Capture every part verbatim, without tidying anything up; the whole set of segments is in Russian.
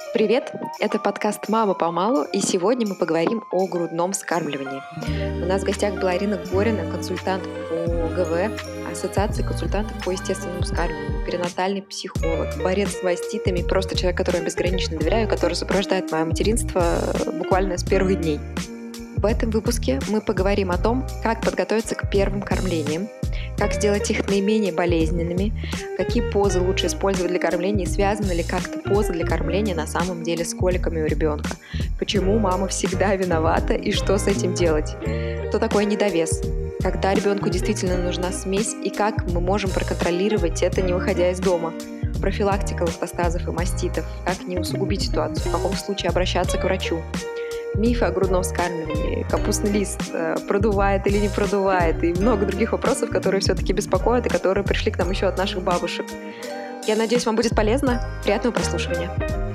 Привет! Это подкаст «Мама помалу», и сегодня мы поговорим о грудном вскармливании. У нас в гостях была Ирина Горина, консультант по ГВ, Ассоциации консультантов по естественному вскармливанию, перинатальный психолог, борец с маститами, просто человек, которому я безгранично доверяю, который сопровождает мое материнство буквально с первых дней. В этом выпуске мы поговорим о том, как подготовиться к первым кормлениям, как сделать их наименее болезненными, какие позы лучше использовать для кормления и связаны ли как-то позы для кормления на самом деле с коликами у ребенка, почему мама всегда виновата и что с этим делать, кто такой недовес, когда ребенку действительно нужна смесь и как мы можем проконтролировать это, не выходя из дома, профилактика лактостазов и маститов, как не усугубить ситуацию, в каком случае обращаться к врачу. Мифы о грудном вскармливании, капустный лист, продувает или не продувает, и много других вопросов, которые все-таки беспокоят и которые пришли к нам еще от наших бабушек. Я надеюсь, вам будет полезно. Приятного прослушивания.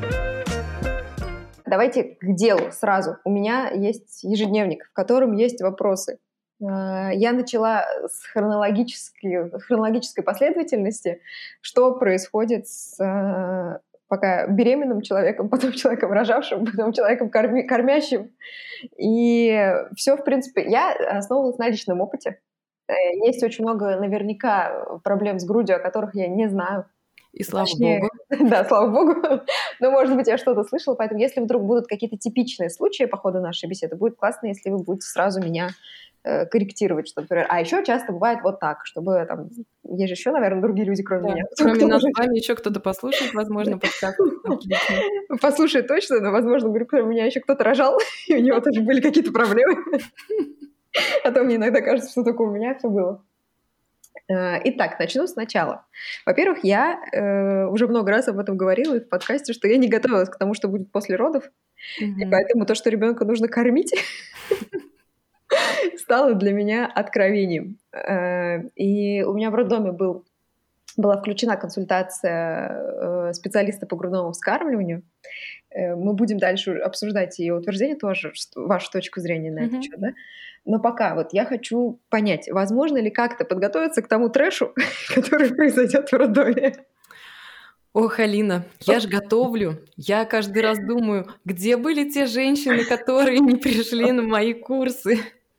Давайте к делу сразу. У меня есть ежедневник, в котором есть вопросы. Я начала с хронологической, хронологической последовательности, что происходит с... пока беременным человеком, потом человеком рожавшим, потом человеком корми, кормящим. И все, в принципе, я основывалась на личном опыте. Есть очень много наверняка проблем с грудью, о которых я не знаю. И слава Точнее, богу. Да, слава богу. Но, может быть, я что-то слышала. Поэтому, если вдруг будут какие-то типичные случаи по ходу нашей беседы, будет классно, если вы будете сразу меня э, корректировать. Что, например, а еще часто бывает вот так, чтобы там... Есть же еще, наверное, другие люди, кроме да, меня. Кроме нас с вами еще кто-то послушает, возможно, подкаст. Послушает точно, но, возможно, говорю, кроме меня еще кто-то рожал, и у него тоже были какие-то проблемы. А то мне иногда кажется, что только у меня все было. Итак, начну сначала. Во-первых, я э, уже много раз об этом говорила в подкасте, что я не готовилась к тому, что будет после родов, mm-hmm. и поэтому то, что ребенка нужно кормить, стало для меня откровением. И у меня в роддоме был, была включена консультация специалиста по грудному вскармливанию. Мы будем дальше обсуждать ее утверждение тоже, вашу точку зрения на это, mm-hmm. счет, да? Но пока вот я хочу понять, возможно ли как-то подготовиться к тому трэшу, который произойдет в роддоме. Ох, Алина, я ж готовлю. Я каждый раз думаю, где были те женщины, которые не пришли на мои курсы.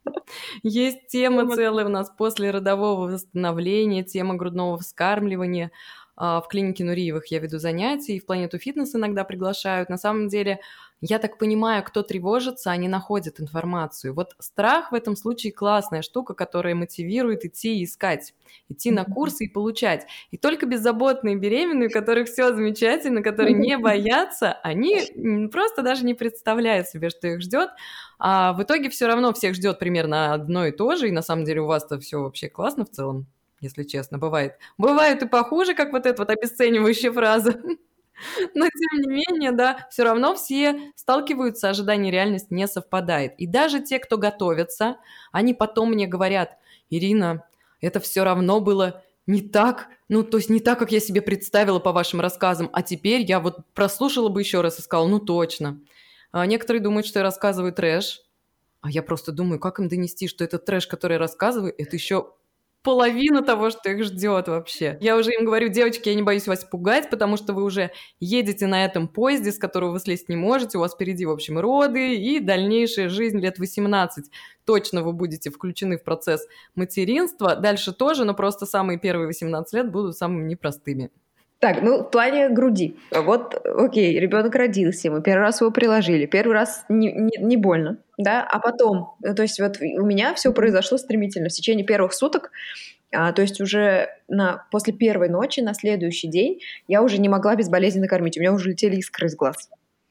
Есть тема целая у нас после родового восстановления, тема грудного вскармливания. В клинике Нуриевых я веду занятия, и в Планету Фитнес иногда приглашают. На самом деле, я так понимаю, кто тревожится, они находят информацию. Вот страх в этом случае классная штука, которая мотивирует идти и искать, идти на курсы и получать. И только беззаботные беременные, у которых все замечательно, которые не боятся, они просто даже не представляют себе, что их ждет. А в итоге все равно всех ждет примерно одно и то же, и на самом деле у вас-то все вообще классно в целом. Если честно, бывает. Бывает и похуже, как вот эта вот обесценивающая фраза. Но, тем не менее, да, все равно все сталкиваются, ожидание и реальность не совпадает. И даже те, кто готовятся, они потом мне говорят: Ирина, это все равно было не так, ну, то есть не так, как я себе представила по вашим рассказам, а теперь я вот прослушала бы еще раз и сказала: ну, точно. А некоторые думают, что я рассказываю трэш, а я просто думаю, как им донести, что этот трэш, который я рассказываю, это еще... половина того, что их ждет вообще. Я уже им говорю: девочки, я не боюсь вас пугать, потому что вы уже едете на этом поезде, с которого вы слезть не можете, у вас впереди, в общем, роды и дальнейшая жизнь лет восемнадцать. Точно вы будете включены в процесс материнства. Дальше тоже, но просто самые первые восемнадцать лет будут самыми непростыми. Так, ну, в плане груди. Вот, окей, ребенок родился, мы первый раз его приложили, первый раз не, не, не больно, да, а потом, то есть вот у меня все произошло стремительно. В течение первых суток, а, то есть уже на, после первой ночи, на следующий день, я уже не могла безболезненно кормить, у меня уже летели искры из глаз.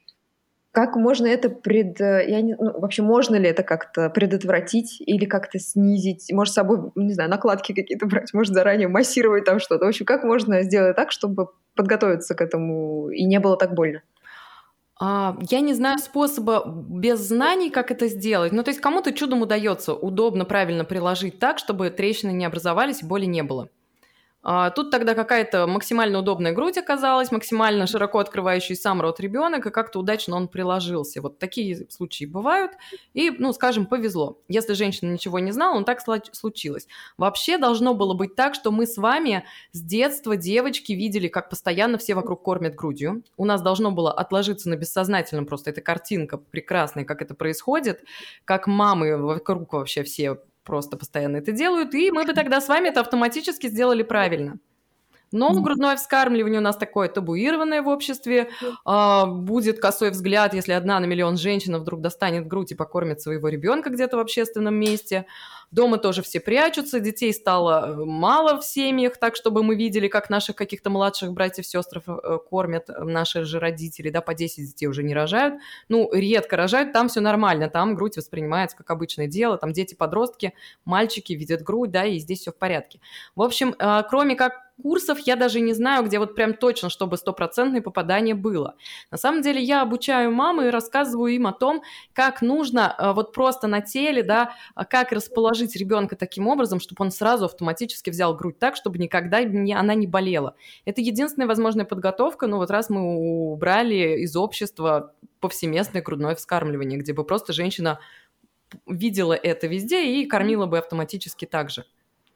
Как можно это пред... Я не... ну, вообще, можно ли это как-то предотвратить или как-то снизить? Может, с собой, не знаю, накладки какие-то брать, может, заранее массировать там что-то. В общем, как можно сделать так, чтобы подготовиться к этому и не было так больно? А, я не знаю способа без знаний, как это сделать. Ну, то есть кому-то чудом удается удобно, правильно приложить так, чтобы трещины не образовались и боли не было. А, тут тогда какая-то максимально удобная грудь оказалась, максимально широко открывающий сам рот ребенок, и как-то удачно он приложился. Вот такие случаи бывают, и, ну, скажем, повезло. Если женщина ничего не знала, ну, так случилось. Вообще должно было быть так, что мы с вами с детства, девочки, видели, как постоянно все вокруг кормят грудью. У нас должно было отложиться на бессознательном просто эта картинка прекрасная, как это происходит, как мамы вокруг вообще все просто постоянно это делают, и мы бы тогда с вами это автоматически сделали правильно. Но грудное вскармливание у нас такое табуированное в обществе. А, будет косой взгляд, если одна на миллион женщин вдруг достанет грудь и покормит своего ребенка где-то в общественном месте. Дома тоже все прячутся, детей стало мало в семьях, так, чтобы мы видели, как наших каких-то младших братьев, сестр кормят наши же родители, да, по десять детей уже не рожают. Ну, редко рожают, там все нормально, там грудь воспринимается как обычное дело, там дети-подростки, мальчики видят грудь, да, и здесь все в порядке. В общем, кроме как курсов я даже не знаю, где вот прям точно, чтобы стопроцентное попадание было. На самом деле я обучаю мамы и рассказываю им о том, как нужно вот просто на теле, да, как расположить ребенка таким образом, чтобы он сразу автоматически взял грудь так, чтобы никогда не, она не болела. Это единственная возможная подготовка, ну вот раз мы убрали из общества повсеместное грудное вскармливание, где бы просто женщина видела это везде и кормила бы автоматически так же.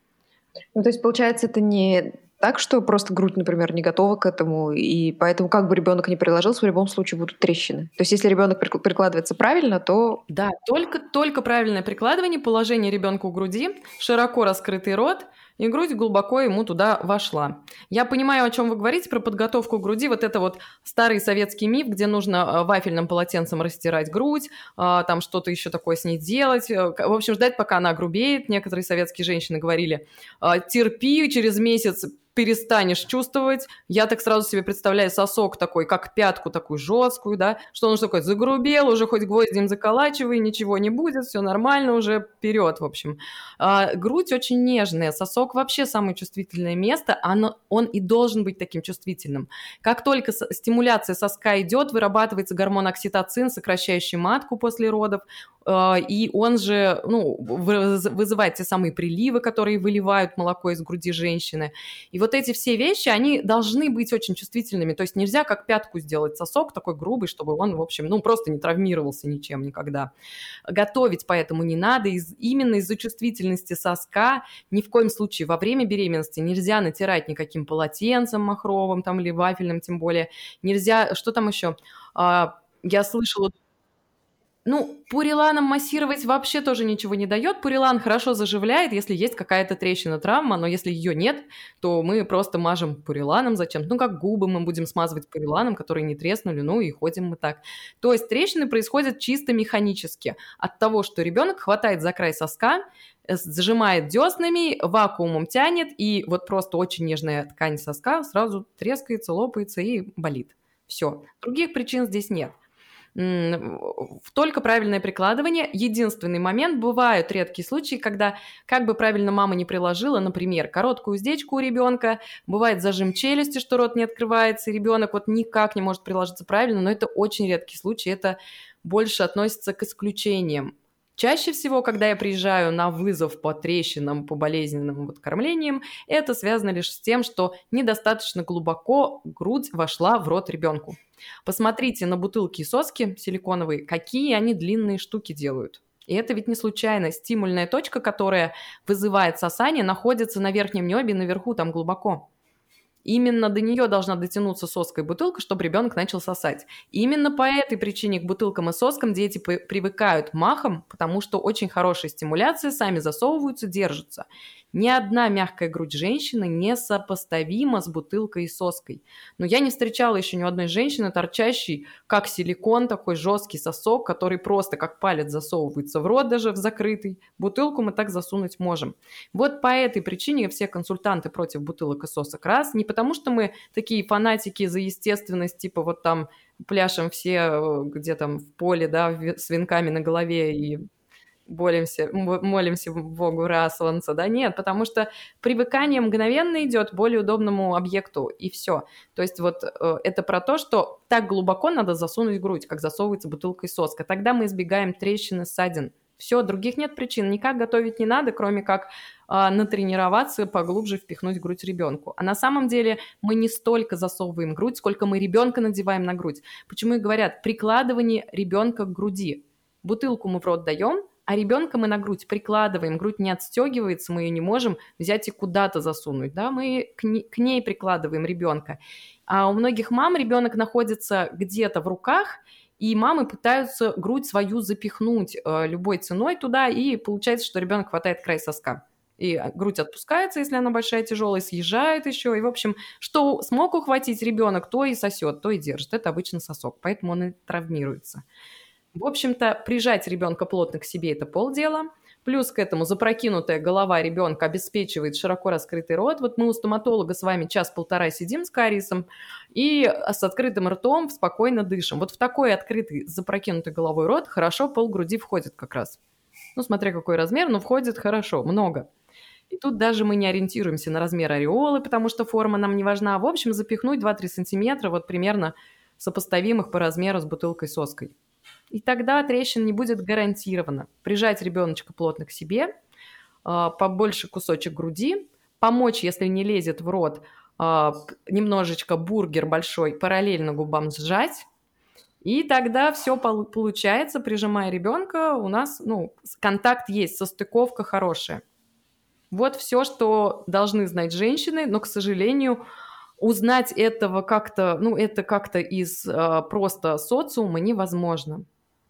Ну, то есть, получается, это не так, что просто грудь, например, не готова к этому, и поэтому как бы ребенок не приложился, в любом случае будут трещины. То есть, если ребенок прикладывается правильно, то... Да, только, только правильное прикладывание, положение ребенка у груди, широко раскрытый рот, и грудь глубоко ему туда вошла. Я понимаю, о чем вы говорите, про подготовку груди. Вот это вот старый советский миф, где нужно вафельным полотенцем растирать грудь, там что-то еще такое с ней делать. В общем, ждать, пока она огрубеет. Некоторые советские женщины говорили, терпи, через месяц перестанешь чувствовать. Я так сразу себе представляю сосок такой, как пятку такую жесткую, да, что он уже такой загрубел, уже хоть гвоздем заколачивай, ничего не будет, все нормально, уже вперед, в общем. А, грудь очень нежная, сосок вообще самое чувствительное место, оно, он и должен быть таким чувствительным. Как только стимуляция соска идет, вырабатывается гормон окситоцин, сокращающий матку после родов, и он же, ну, вызывает те самые приливы, которые выливают молоко из груди женщины. И вот эти все вещи, они должны быть очень чувствительными. То есть нельзя как пятку сделать сосок такой грубый, чтобы он, в общем, ну, просто не травмировался ничем никогда. Готовить поэтому не надо. Из, именно из-за чувствительности соска ни в коем случае во время беременности нельзя натирать никаким полотенцем махровым там, или вафельным тем более. Нельзя, что там еще? Я слышала... Ну, пуриланом массировать вообще тоже ничего не дает. Пурилан хорошо заживляет, если есть какая-то трещина, травма, но если ее нет, то мы просто мажем пуриланом зачем-то. Ну, как губы мы будем смазывать пуриланом, которые не треснули, ну и ходим мы так. То есть трещины происходят чисто механически от того, что ребенок хватает за край соска, зажимает деснами, вакуумом тянет, и вот просто очень нежная ткань соска сразу трескается, лопается и болит. Все. Других причин здесь нет. Только правильное прикладывание. Единственный момент, бывают редкие случаи, когда как бы правильно мама не приложила, например, короткую уздечку у ребенка, бывает зажим челюсти, что рот не открывается, и ребенок вот никак не может приложиться правильно, но это очень редкий случай, это больше относится к исключениям. Чаще всего, когда я приезжаю на вызов по трещинам, по болезненным вот кормлениям, это связано лишь с тем, что недостаточно глубоко грудь вошла в рот ребенку. Посмотрите на бутылки и соски силиконовые, какие они длинные штуки делают. И это ведь не случайно. Стимульная точка, которая вызывает сосание, находится на верхнем небе, наверху, там глубоко. Именно до нее должна дотянуться соска и бутылка, чтобы ребенок начал сосать. И именно по этой причине к бутылкам и соскам дети привыкают махом, потому что очень хорошая стимуляция, сами засовываются, держатся. Ни одна мягкая грудь женщины не сопоставима с бутылкой и соской. Но я не встречала еще ни одной женщины, торчащей, как силикон, такой жесткий сосок, который просто как палец засовывается в рот, даже в закрытый. Бутылку мы так засунуть можем. Вот по этой причине все консультанты против бутылок и сосок раз. Не потому что мы такие фанатики за естественность, типа вот там пляшем все где там в поле, да, с венками на голове и... Молимся, молимся Богу Ра, солнца, да, нет, потому что привыкание мгновенно идет к более удобному объекту, и все. То есть вот э, это про то, что так глубоко надо засунуть грудь, как засовывается бутылка и соска. Тогда мы избегаем трещин и ссадин. Все, других нет причин. Никак готовить не надо, кроме как а, натренироваться, поглубже впихнуть грудь ребенку. А на самом деле мы не столько засовываем грудь, сколько мы ребенка надеваем на грудь. Почему и говорят, прикладывание ребенка к груди. Бутылку мы в рот даем, а ребенка мы на грудь прикладываем. Грудь не отстегивается, мы ее не можем взять и куда-то засунуть. Да? Мы к ней, к ней прикладываем ребенка. А у многих мам ребенок находится где-то в руках, и мамы пытаются грудь свою запихнуть э, любой ценой туда, и получается, что ребенок хватает край соска. И грудь отпускается, если она большая, тяжелая, съезжает еще. И, в общем, что смог ухватить ребенок, то и сосет, то и держит. Это обычно сосок, поэтому он и травмируется. В общем-то, прижать ребенка плотно к себе – это полдела. Плюс к этому запрокинутая голова ребенка обеспечивает широко раскрытый рот. Вот мы у стоматолога с вами час-полтора сидим с кариесом и с открытым ртом спокойно дышим. Вот в такой открытый запрокинутый головой рот хорошо полгруди входит как раз. Ну, смотря какой размер, но входит хорошо, много. И тут даже мы не ориентируемся на размер ореолы, потому что форма нам не важна. В общем, запихнуть два-три сантиметра, вот примерно сопоставимых по размеру с бутылкой соской. И тогда трещин не будет гарантированно. Прижать ребеночка плотно к себе, побольше кусочек груди, помочь, если не лезет в рот, немножечко бургер большой параллельно губам сжать, и тогда все получается, прижимая ребенка, у нас ну, контакт есть, состыковка хорошая. Вот все, что должны знать женщины, но, к сожалению, узнать этого как-то, ну, это как-то из а, просто социума невозможно.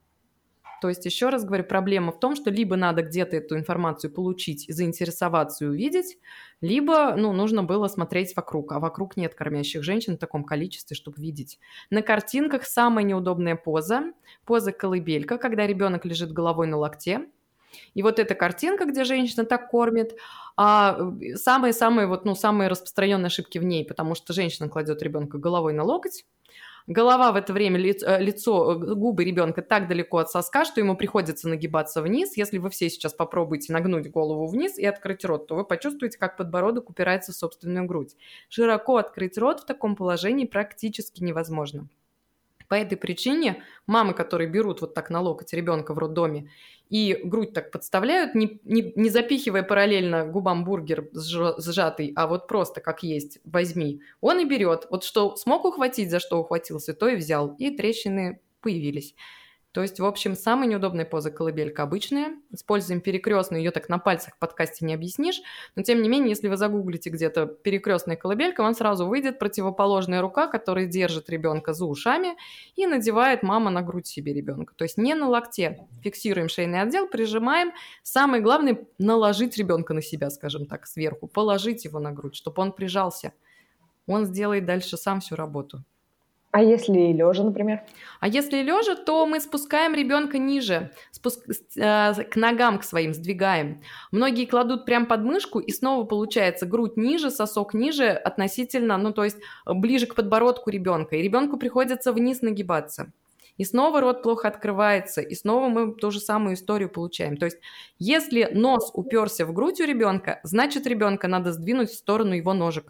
То есть, еще раз говорю, проблема в том, что либо надо где-то эту информацию получить, заинтересоваться и увидеть, либо, ну, нужно было смотреть вокруг, а вокруг нет кормящих женщин в таком количестве, чтобы видеть. На картинках самая неудобная поза, поза колыбелька, когда ребенок лежит головой на локте. И вот эта картинка, где женщина так кормит, а самые-самые вот, ну, самые распространенные ошибки в ней, потому что женщина кладет ребенка головой на локоть, голова в это время, лицо, лицо, губы ребенка так далеко от соска, что ему приходится нагибаться вниз. Если вы все сейчас попробуете нагнуть голову вниз и открыть рот, то вы почувствуете, как подбородок упирается в собственную грудь. Широко открыть рот в таком положении практически невозможно. По этой причине мамы, которые берут вот так на локоть ребенка в роддоме и грудь так подставляют, не, не, не запихивая параллельно губам бургер сжатый, а вот просто как есть, возьми, он и берет. Вот что смог ухватить, за что ухватился, то и взял. И трещины появились. То есть, в общем, самая неудобная поза колыбелька обычная. Используем перекрестную, ее так на пальцах в подкасте не объяснишь. Но, тем не менее, если вы загуглите где-то перекрестная колыбелька, вам сразу выйдет противоположная рука, которая держит ребенка за ушами и надевает мама на грудь себе ребенка. То есть не на локте. Фиксируем шейный отдел, прижимаем. Самое главное – наложить ребенка на себя, скажем так, сверху. Положить его на грудь, чтобы он прижался. Он сделает дальше сам всю работу. А если лежа, например? А если лежа, то мы спускаем ребенка ниже, спуск... э, к ногам к своим сдвигаем. Многие кладут прям под мышку, и снова получается грудь ниже, сосок ниже относительно, ну то есть ближе к подбородку ребенка. И ребенку приходится вниз нагибаться. И снова рот плохо открывается, и снова мы ту же самую историю получаем. То есть если нос уперся в грудь у ребенка, значит ребенка надо сдвинуть в сторону его ножек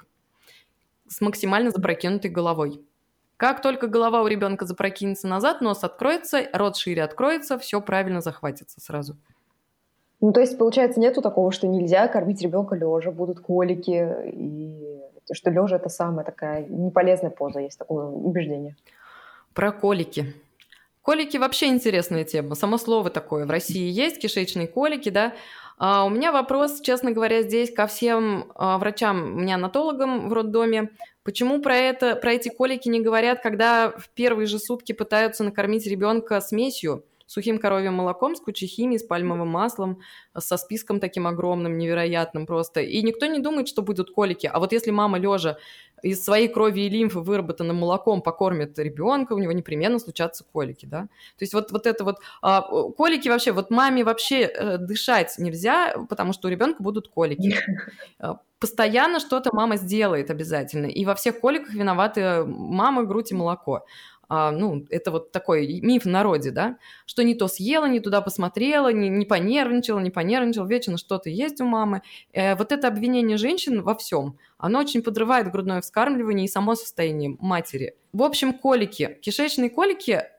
с максимально запрокинутой головой. Как только голова у ребенка запрокинется назад, нос откроется, рот шире откроется, все правильно захватится сразу. Ну, то есть, получается, нету такого, что нельзя кормить ребенка лежа, будут колики, и что лежа это самая такая неполезная поза, есть такое убеждение. Про колики. Колики вообще интересная тема. Само слово такое. В России есть кишечные колики, да. А у меня вопрос, честно говоря, здесь ко всем а, врачам, неонатологам в роддоме. Почему про это, про эти колики не говорят, когда в первые же сутки пытаются накормить ребенка смесью, сухим коровьим молоком, с кучей химии, с пальмовым маслом, со списком таким огромным, невероятным просто. И никто не думает, что будут колики. А вот если мама лежа из своей крови и лимфы выработанным молоком покормит ребенка, у него непременно случатся колики, да. То есть вот, вот это вот а, колики вообще, вот маме вообще э, дышать нельзя, потому что у ребенка будут колики. Постоянно что-то мама сделает обязательно. И во всех коликах виноваты мама, грудь и молоко. А, ну, это вот такой миф в народе, да, что не то съела, не туда посмотрела, не, не понервничала, не понервничала, вечно что-то есть у мамы. Э, вот это обвинение женщин во всем, оно очень подрывает грудное вскармливание и само состояние матери. В общем, колики, кишечные колики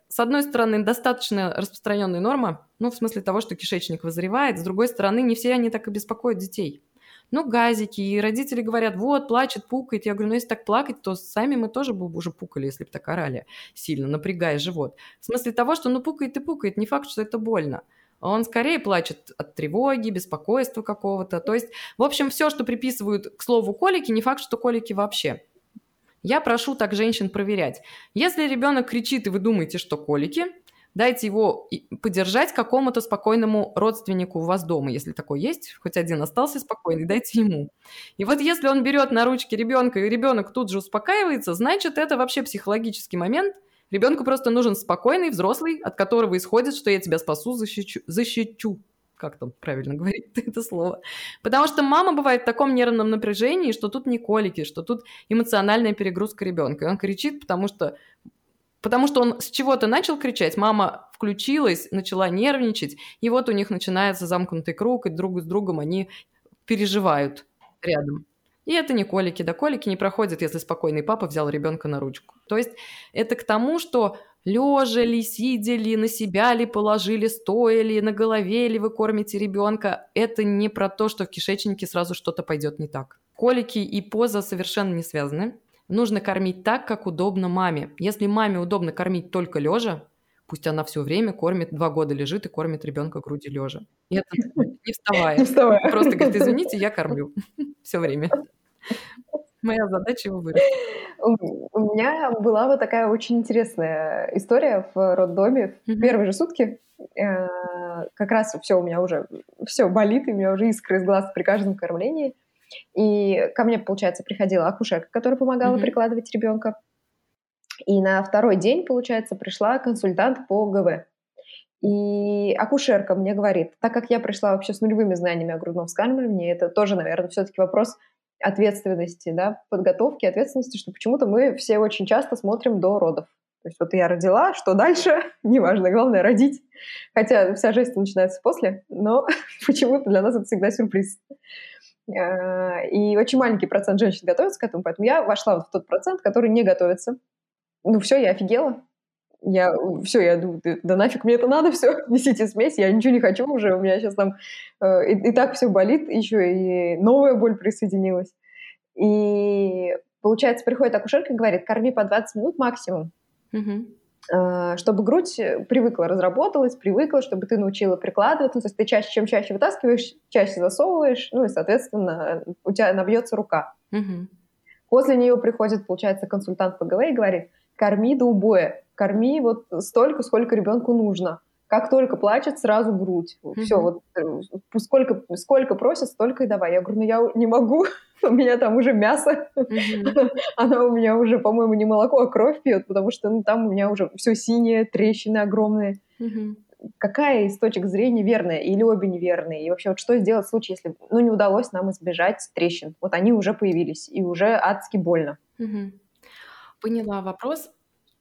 с одной стороны, достаточно распространенная норма, ну, в смысле того, что кишечник вызревает, с другой стороны, не все они так и беспокоят детей. Ну, газики, и родители говорят, вот, плачет, пукает. Я говорю, ну, если так плакать, то сами мы тоже бы уже пукали, если бы так орали сильно, напрягая живот. В смысле того, что, ну, пукает и пукает, не факт, что это больно. Он скорее плачет от тревоги, беспокойства какого-то. То есть, в общем, все, что приписывают к слову колики, не факт, что колики вообще. Я прошу так женщин проверять. Если ребенок кричит, и вы думаете, что колики, дайте его подержать какому-то спокойному родственнику у вас дома, если такой есть, хоть один остался спокойный, дайте ему. И вот если он берет на ручки ребенка, и ребенок тут же успокаивается, значит, это вообще психологический момент. Ребенку просто нужен спокойный взрослый, от которого исходит, что я тебя спасу, защищу. защищу. Как там правильно говорить это слово? Потому что мама бывает в таком нервном напряжении, что тут не колики, что тут эмоциональная перегрузка ребенка. И он кричит, потому что, потому что он с чего-то начал кричать, мама включилась, начала нервничать, и вот у них начинается замкнутый круг, и друг с другом они переживают рядом. И это не колики, да колики не проходят, если спокойный папа взял ребенка на ручку. То есть это к тому, что лежа ли, сидя ли, на себя ли положили, стоя ли, на голове ли вы кормите ребенка, это не про то, что в кишечнике сразу что-то пойдет не так. Колики и поза совершенно не связаны. Нужно кормить так, как удобно маме. Если маме удобно кормить только лежа, пусть она все время кормит, два года лежит и кормит ребенка грудью лежа. И это не вставая. Не вставая. Просто говорит, извините, я кормлю все время. Моя задача его вырастить. У меня была вот такая очень интересная история в роддоме. В Мгм. первые же сутки э, как раз все у меня уже все болит, и у меня уже искры из глаз при каждом кормлении. И ко мне, получается, приходила акушерка, которая помогала Мгм. прикладывать ребенка. И на второй день, получается, пришла консультант по ГВ. И акушерка мне говорит, так как я пришла вообще с нулевыми знаниями о грудном вскармливании, это тоже, наверное, все-таки вопрос ответственности, да, подготовки, ответственности, что почему-то мы все очень часто смотрим до родов. То есть вот я родила, что дальше, неважно, главное родить. Хотя вся жизнь начинается после, но почему-то для нас это всегда сюрприз. А, И очень маленький процент женщин готовится к этому, поэтому я вошла вот в тот процент, который не готовится. Ну все, я офигела. Я все, я думаю, да, да нафиг мне это надо, все, несите смесь, я ничего не хочу уже, у меня сейчас там э, и, и так все болит, еще и новая боль присоединилась. И получается, приходит акушерка и говорит, корми по двадцать минут максимум, Мгм. э, чтобы грудь привыкла, разработалась, привыкла, чтобы ты научила прикладываться, ну, то есть ты чаще, чем чаще вытаскиваешь, чаще засовываешь, ну и, соответственно, у тебя набьется рука. Мгм. После нее приходит, получается, консультант по ГВ и говорит, корми до убоя, корми вот столько, сколько ребенку нужно. Как только плачет, сразу грудь. Все, Мгм. вот э, сколько, сколько просят, столько и давай. Я говорю, ну я не могу, у меня там уже мясо, Мгм. она у меня уже, по-моему, не молоко, а кровь пьет, потому что ну, там у меня уже все синее, трещины огромные. Мгм. Какая из точек зрения верная или обе неверные? И вообще, вот что сделать в случае, если ну, не удалось нам избежать трещин? Вот они уже появились, и уже адски больно. Мгм. Поняла вопрос.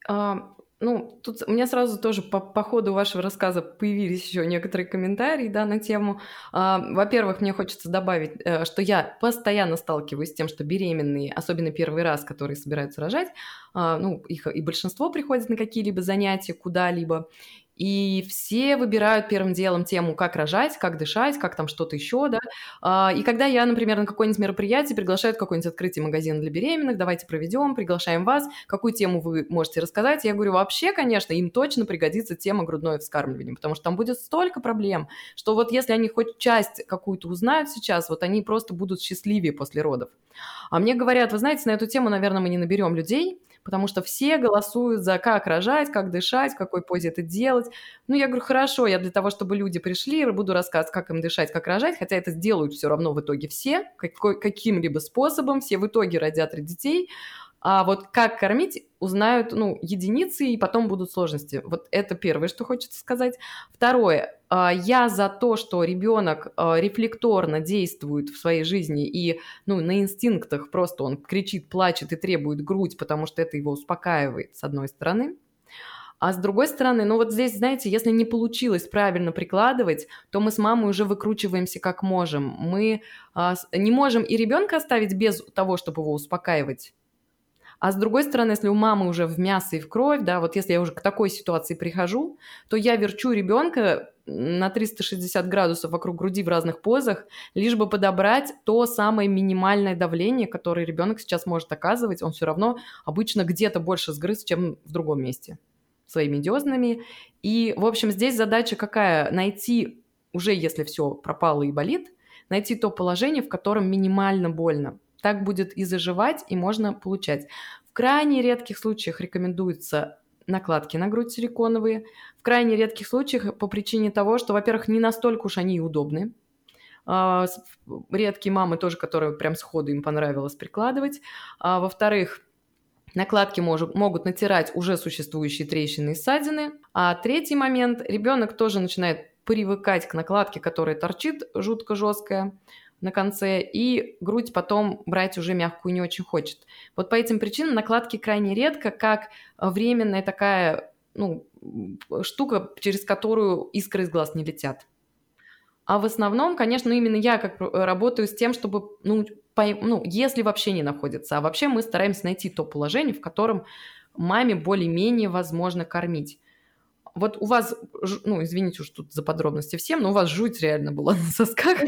А, ну, тут у меня сразу тоже по, по ходу вашего рассказа появились еще некоторые комментарии, да, на тему. А, во-первых, мне хочется добавить, э, что я постоянно сталкиваюсь с тем, что беременные, особенно первый раз, которые собираются рожать, а, ну, их и большинство приходят на какие-либо занятия, куда-либо, и все выбирают первым делом тему, как рожать, как дышать, как там что-то еще, да. А, И когда я, например, на какое-нибудь мероприятие приглашают какое-нибудь открытие магазина для беременных, давайте проведем, приглашаем вас, какую тему вы можете рассказать. Я говорю, вообще, конечно, им точно пригодится тема грудное вскармливание, потому что там будет столько проблем, что вот если они хоть часть какую-то узнают сейчас, вот они просто будут счастливее после родов. А мне говорят, вы знаете, на эту тему, наверное, мы не наберем людей, потому что все голосуют за как рожать, как дышать, в какой позе это делать. Ну, я говорю, хорошо, я для того, чтобы люди пришли, буду рассказывать, как им дышать, как рожать, хотя это сделают все равно в итоге все, какой, каким-либо способом, все в итоге родят детей. А вот как кормить, узнают, ну, единицы, и потом будут сложности. Вот это первое, что хочется сказать. Второе. а, Я за то, что ребенок а, рефлекторно действует в своей жизни и, ну, на инстинктах просто он кричит, плачет и требует грудь, потому что это его успокаивает, с одной стороны. А с другой стороны, ну вот здесь, знаете, если не получилось правильно прикладывать, то мы с мамой уже выкручиваемся как можем. Мы а, с- не можем и ребенка оставить без того, чтобы его успокаивать. А с другой стороны, если у мамы уже в мясо и в кровь, да, вот если я уже к такой ситуации прихожу, то я верчу ребенка на триста шестьдесят градусов вокруг груди в разных позах, лишь бы подобрать то самое минимальное давление, которое ребенок сейчас может оказывать. Он все равно обычно где-то больше сгрыз, чем в другом месте своими дезнами. И, в общем, здесь задача какая? Найти, уже если все пропало и болит, найти то положение, в котором минимально больно. Так будет и заживать, и можно получать. В крайне редких случаях рекомендуются накладки на грудь силиконовые. В крайне редких случаях по причине того, что, во-первых, не настолько уж они и удобны. А, редкие мамы тоже, которые прям сходу им понравилось прикладывать. А, во-вторых, накладки мож- могут натирать уже существующие трещины и ссадины. А третий момент, ребенок тоже начинает привыкать к накладке, которая торчит жутко жесткая на конце, и грудь потом брать уже мягкую не очень хочет. Вот по этим причинам накладки крайне редко, как временная такая, ну, штука, через которую искры из глаз не летят. А в основном, конечно, именно я как работаю с тем, чтобы, ну, по, ну, если вообще не находится, а вообще мы стараемся найти то положение, в котором маме более-менее возможно кормить. Вот у вас, ну, извините уж тут за подробности всем, но у вас жуть реально была на сосках.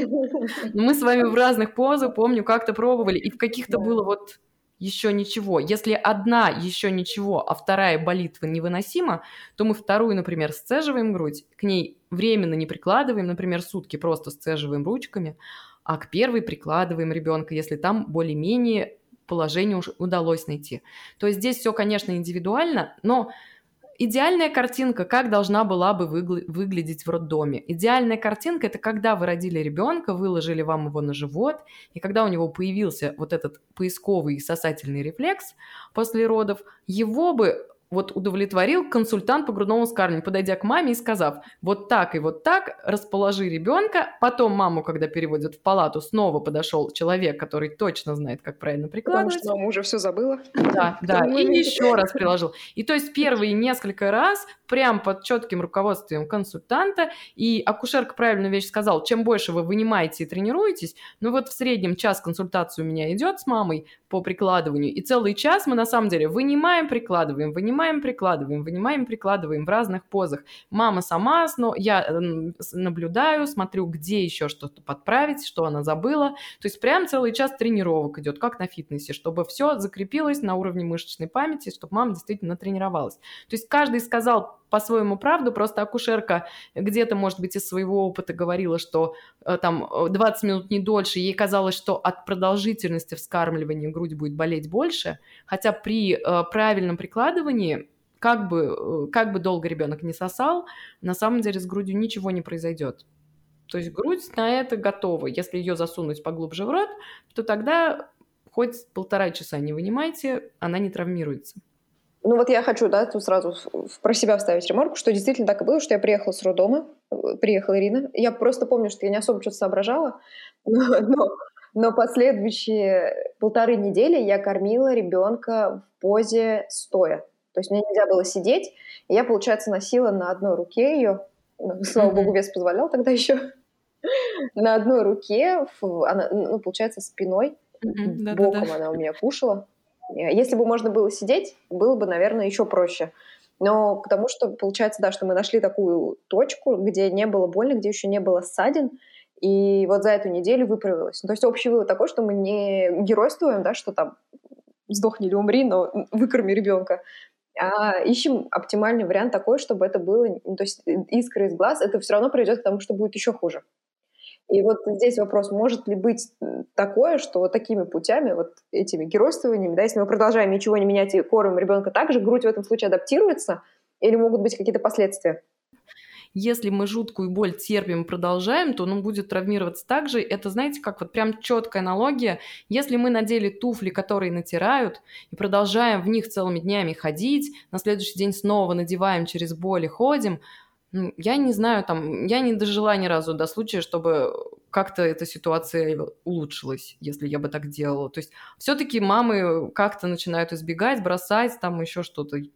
Мы с вами в разных позах, помню, как-то пробовали, и в каких-то Да. было вот еще ничего. Если одна еще ничего, а вторая болит невыносимо, то мы вторую, например, сцеживаем грудь, к ней временно не прикладываем, например, сутки просто сцеживаем ручками, а к первой прикладываем ребенка, если там более-менее положение уже удалось найти. То есть здесь все, конечно, индивидуально, но идеальная картинка, как должна была бы выгля- выглядеть в роддоме. Идеальная картинка – это когда вы родили ребенка, выложили вам его на живот, и когда у него появился вот этот поисковый сосательный рефлекс после родов, его бы вот удовлетворил консультант по грудному вскармливанию, подойдя к маме и сказав: вот так и вот так расположи ребенка. Потом маму, когда переводят в палату, снова подошел человек, который точно знает, как правильно Потому прикладывать. что мама уже все забыла. Да, да, и еще раз приложил. И то есть первые несколько раз прям под четким руководством консультанта, и акушерка правильную вещь сказала: чем больше вы вынимаете и тренируетесь, ну вот в среднем час консультации у меня идет с мамой по прикладыванию, и целый час мы на самом деле вынимаем, прикладываем, вынимаем, прикладываем, вынимаем, прикладываем в разных позах. Мама сама, но я наблюдаю, смотрю, где еще что-то подправить, что она забыла. То есть прям целый час тренировок идет, как на фитнесе, чтобы все закрепилось на уровне мышечной памяти, чтобы мама действительно тренировалась. То есть каждый сказал по-своему правду, просто акушерка где-то, может быть, из своего опыта говорила, что э, там двадцать минут не дольше, ей казалось, что от продолжительности вскармливания грудь будет болеть больше, хотя при э, правильном прикладывании, как бы, э, как бы долго ребенок не сосал, на самом деле с грудью ничего не произойдет. То есть грудь на это готова. Если ее засунуть поглубже в рот, то тогда хоть полтора часа не вынимайте, она не травмируется. Ну вот я хочу, да, тут сразу про себя вставить ремарку, что действительно так и было, что я приехала с роддома, приехала Ирина. Я просто помню, что я не особо что-то соображала, но, но, но последующие полторы недели я кормила ребенка в позе стоя. То есть мне нельзя было сидеть, и я, получается, носила на одной руке ее, слава mm-hmm. богу, вес позволял тогда еще, на одной руке, она, ну, получается, спиной, mm-hmm. боком да, да, она у меня кушала. Если бы можно было сидеть, было бы, наверное, еще проще. Но потому что, получается, да, что мы нашли такую точку, где не было больно, где еще не было ссадин, и вот за эту неделю выправилось. Ну, то есть общий вывод такой, что мы не геройствуем, да, что там сдохни или умри, но выкорми ребенка, а ищем оптимальный вариант такой, чтобы это было, ну, то есть искры из глаз, это все равно приведет к тому, что будет еще хуже. И вот здесь вопрос, может ли быть такое, что вот такими путями, вот этими геройствованиями, да, если мы продолжаем ничего не менять и кормим ребенка так же, грудь в этом случае адаптируется, или могут быть какие-то последствия? Если мы жуткую боль терпим и продолжаем, то он будет травмироваться так же. Это, знаете, как вот прям четкая аналогия. Если мы надели туфли, которые натирают, и продолжаем в них целыми днями ходить, на следующий день снова надеваем, через боль и ходим, ну, я не знаю, там, я не дожила ни разу до случая, чтобы как-то эта ситуация улучшилась, если я бы так делала. То есть все-таки мамы как-то начинают избегать, бросать, там еще что-то.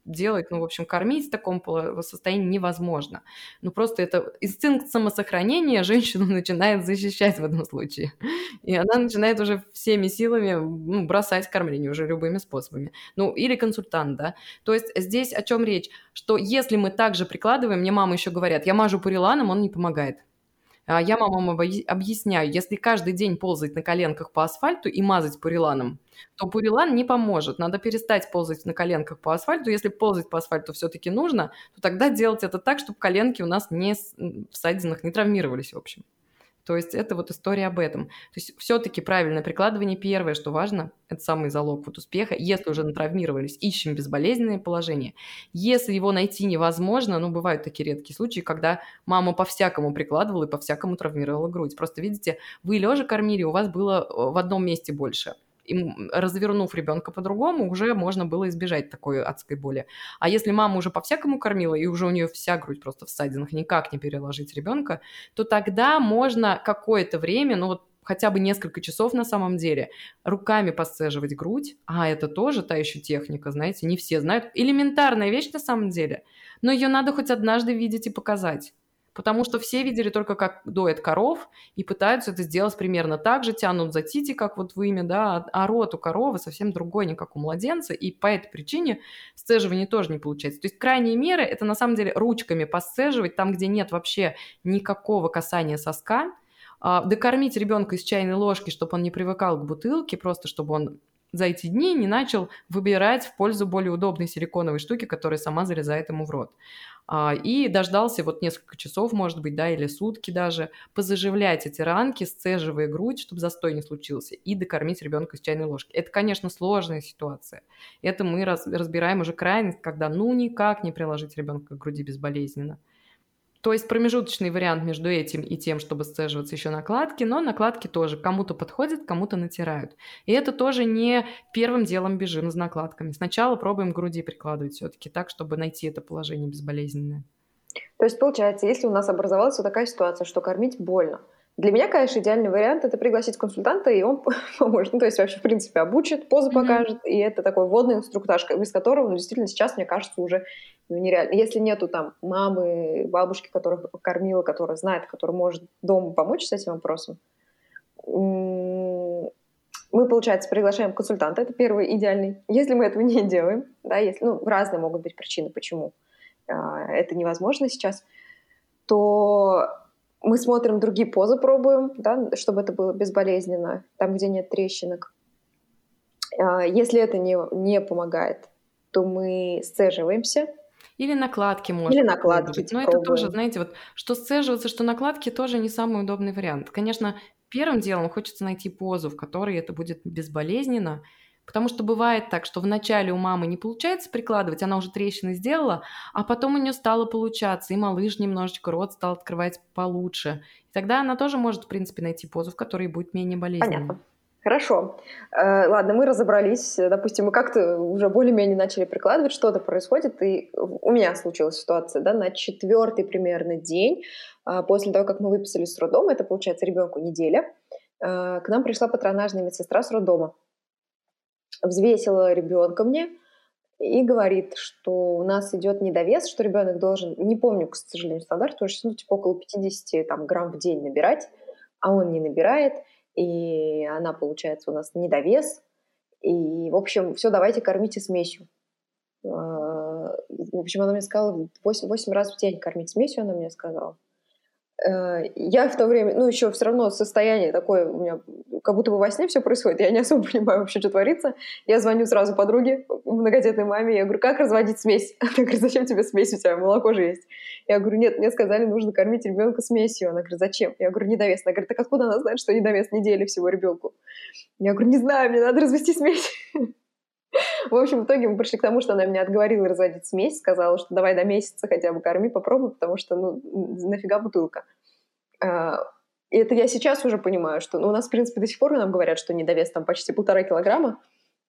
делать, ну, в общем, кормить в таком поло- состоянии невозможно. Ну, просто это инстинкт самосохранения женщину начинает защищать в этом случае. И она начинает уже всеми силами, ну, бросать кормление уже любыми способами. Ну, или консультант, да. То есть здесь о чем речь? Что если мы также прикладываем, мне мамы еще говорят, я мажу пуреланом, он не помогает. А Я мамам объ- объясняю, если каждый день ползать на коленках по асфальту и мазать пуреланом, то пурелан не поможет. Надо перестать ползать на коленках по асфальту. Если ползать по асфальту все-таки нужно, то тогда делать это так, чтобы коленки у нас не с- в ссадинах не травмировались, в общем. То есть это вот история об этом. То есть все-таки правильное прикладывание первое, что важно, это самый залог вот успеха. Если уже натравмировались, ищем безболезненное положение. Если его найти невозможно, ну, бывают такие редкие случаи, когда мама по-всякому прикладывала и по-всякому травмировала грудь. Просто видите, вы лежа кормили, у вас было э, в одном месте больше. И м, развернув ребенка по-другому, уже можно было избежать такой адской боли. А если мама уже по-всякому кормила, и уже у нее вся грудь просто в ссадинах, никак не переложить ребенка, то тогда можно какое-то время, ну вот хотя бы несколько часов на самом деле, руками посцеживать грудь. А это тоже та еще техника, знаете, не все знают. Элементарная вещь на самом деле, но ее надо хоть однажды видеть и показать. Потому что все видели только, как доят коров, и пытаются это сделать примерно так же, тянут за тити, как вот в имя, да, а а рот у коровы совсем другой, не как у младенца, и по этой причине сцеживание тоже не получается. То есть крайние меры – это на самом деле ручками посцеживать, там, где нет вообще никакого касания соска, а, докормить ребенка из чайной ложки, чтобы он не привыкал к бутылке, просто чтобы он за эти дни не начал выбирать в пользу более удобной силиконовой штуки, которая сама залезает ему в рот. А, И дождался вот несколько часов, может быть, да, или сутки даже, позаживлять эти ранки, сцеживая грудь, чтобы застой не случился, и докормить ребенка с чайной ложки. Это, конечно, сложная ситуация. Это мы раз- разбираем уже крайность, когда ну никак не приложить ребенка к груди безболезненно. То есть промежуточный вариант между этим и тем, чтобы сцеживаться еще накладки, но накладки тоже кому-то подходят, кому-то натирают. И это тоже не первым делом бежим за накладками. Сначала пробуем к груди прикладывать все-таки так, чтобы найти это положение безболезненное. То есть, получается, если у нас образовалась вот такая ситуация, что кормить больно, для меня, конечно, идеальный вариант — это пригласить консультанта, и он поможет. Ну, то есть вообще, в принципе, обучит, позу Мгм. покажет, и это такой вводный инструктаж, как- без которого, ну, действительно, сейчас, мне кажется, уже ну, нереально. Если нету там мамы, бабушки, которых кормила, которая знает, которая может дома помочь с этим вопросом, м, мы, получается, приглашаем консультанта, это первый идеальный. Если мы этого не делаем, да, если, ну, разные могут быть причины, почему а, это невозможно сейчас, то мы смотрим другие позы, пробуем, да, чтобы это было безболезненно, там, где нет трещинок. А, Если это не, не помогает, то мы сцеживаемся Или накладки или можно накладки попробовать. эти Но это тоже, пробуем. знаете, вот что сцеживаться, что накладки тоже не самый удобный вариант. Конечно, первым делом хочется найти позу, в которой это будет безболезненно, потому что бывает так, что вначале у мамы не получается прикладывать, она уже трещины сделала, а потом у нее стало получаться, и малыш немножечко рот стал открывать получше. И тогда она тоже может, в принципе, найти позу, в которой будет менее болезненно. Понятно. Хорошо. Э, Ладно, мы разобрались. Допустим, мы как-то уже более-менее начали прикладывать, что-то происходит, и у меня случилась ситуация, да, на четвертый примерно день а, после того, как мы выписались с роддома, это, получается, ребенку неделя, э, к нам пришла патронажная медсестра с роддома, взвесила ребенка мне и говорит, что у нас идет недовес, что ребенок должен, не помню, к сожалению, стандарт, тоже, ну, типа около пятьдесят там, грамм в день набирать, а он не набирает, и она, получается, у нас недовес, и, в общем, все, давайте кормите смесью. А, В общем, она мне сказала, восемь, восемь раз в день кормить смесью, она мне сказала. Э, Я в то время, ну, еще все равно состояние такое у меня, как будто бы во сне все происходит, я не особо понимаю вообще, что творится. Я звоню сразу подруге, многодетной маме, я говорю, как разводить смесь? Она говорит, зачем тебе смесь, у тебя молоко же есть. Я говорю, нет, мне сказали, нужно кормить ребенка смесью. Она говорит, зачем? Я говорю, недовес. Она говорит, так откуда она знает, что недовес недели всего ребенку? Я говорю, не знаю, мне надо развести смесь. В общем, в итоге мы пришли к тому, что она меня отговорила разводить смесь, сказала, что давай до месяца хотя бы корми, попробуй, потому что, ну, нафига бутылка. А, И это я сейчас уже понимаю, что ну, у нас, в принципе, до сих пор нам говорят, что недовес там почти полтора килограмма,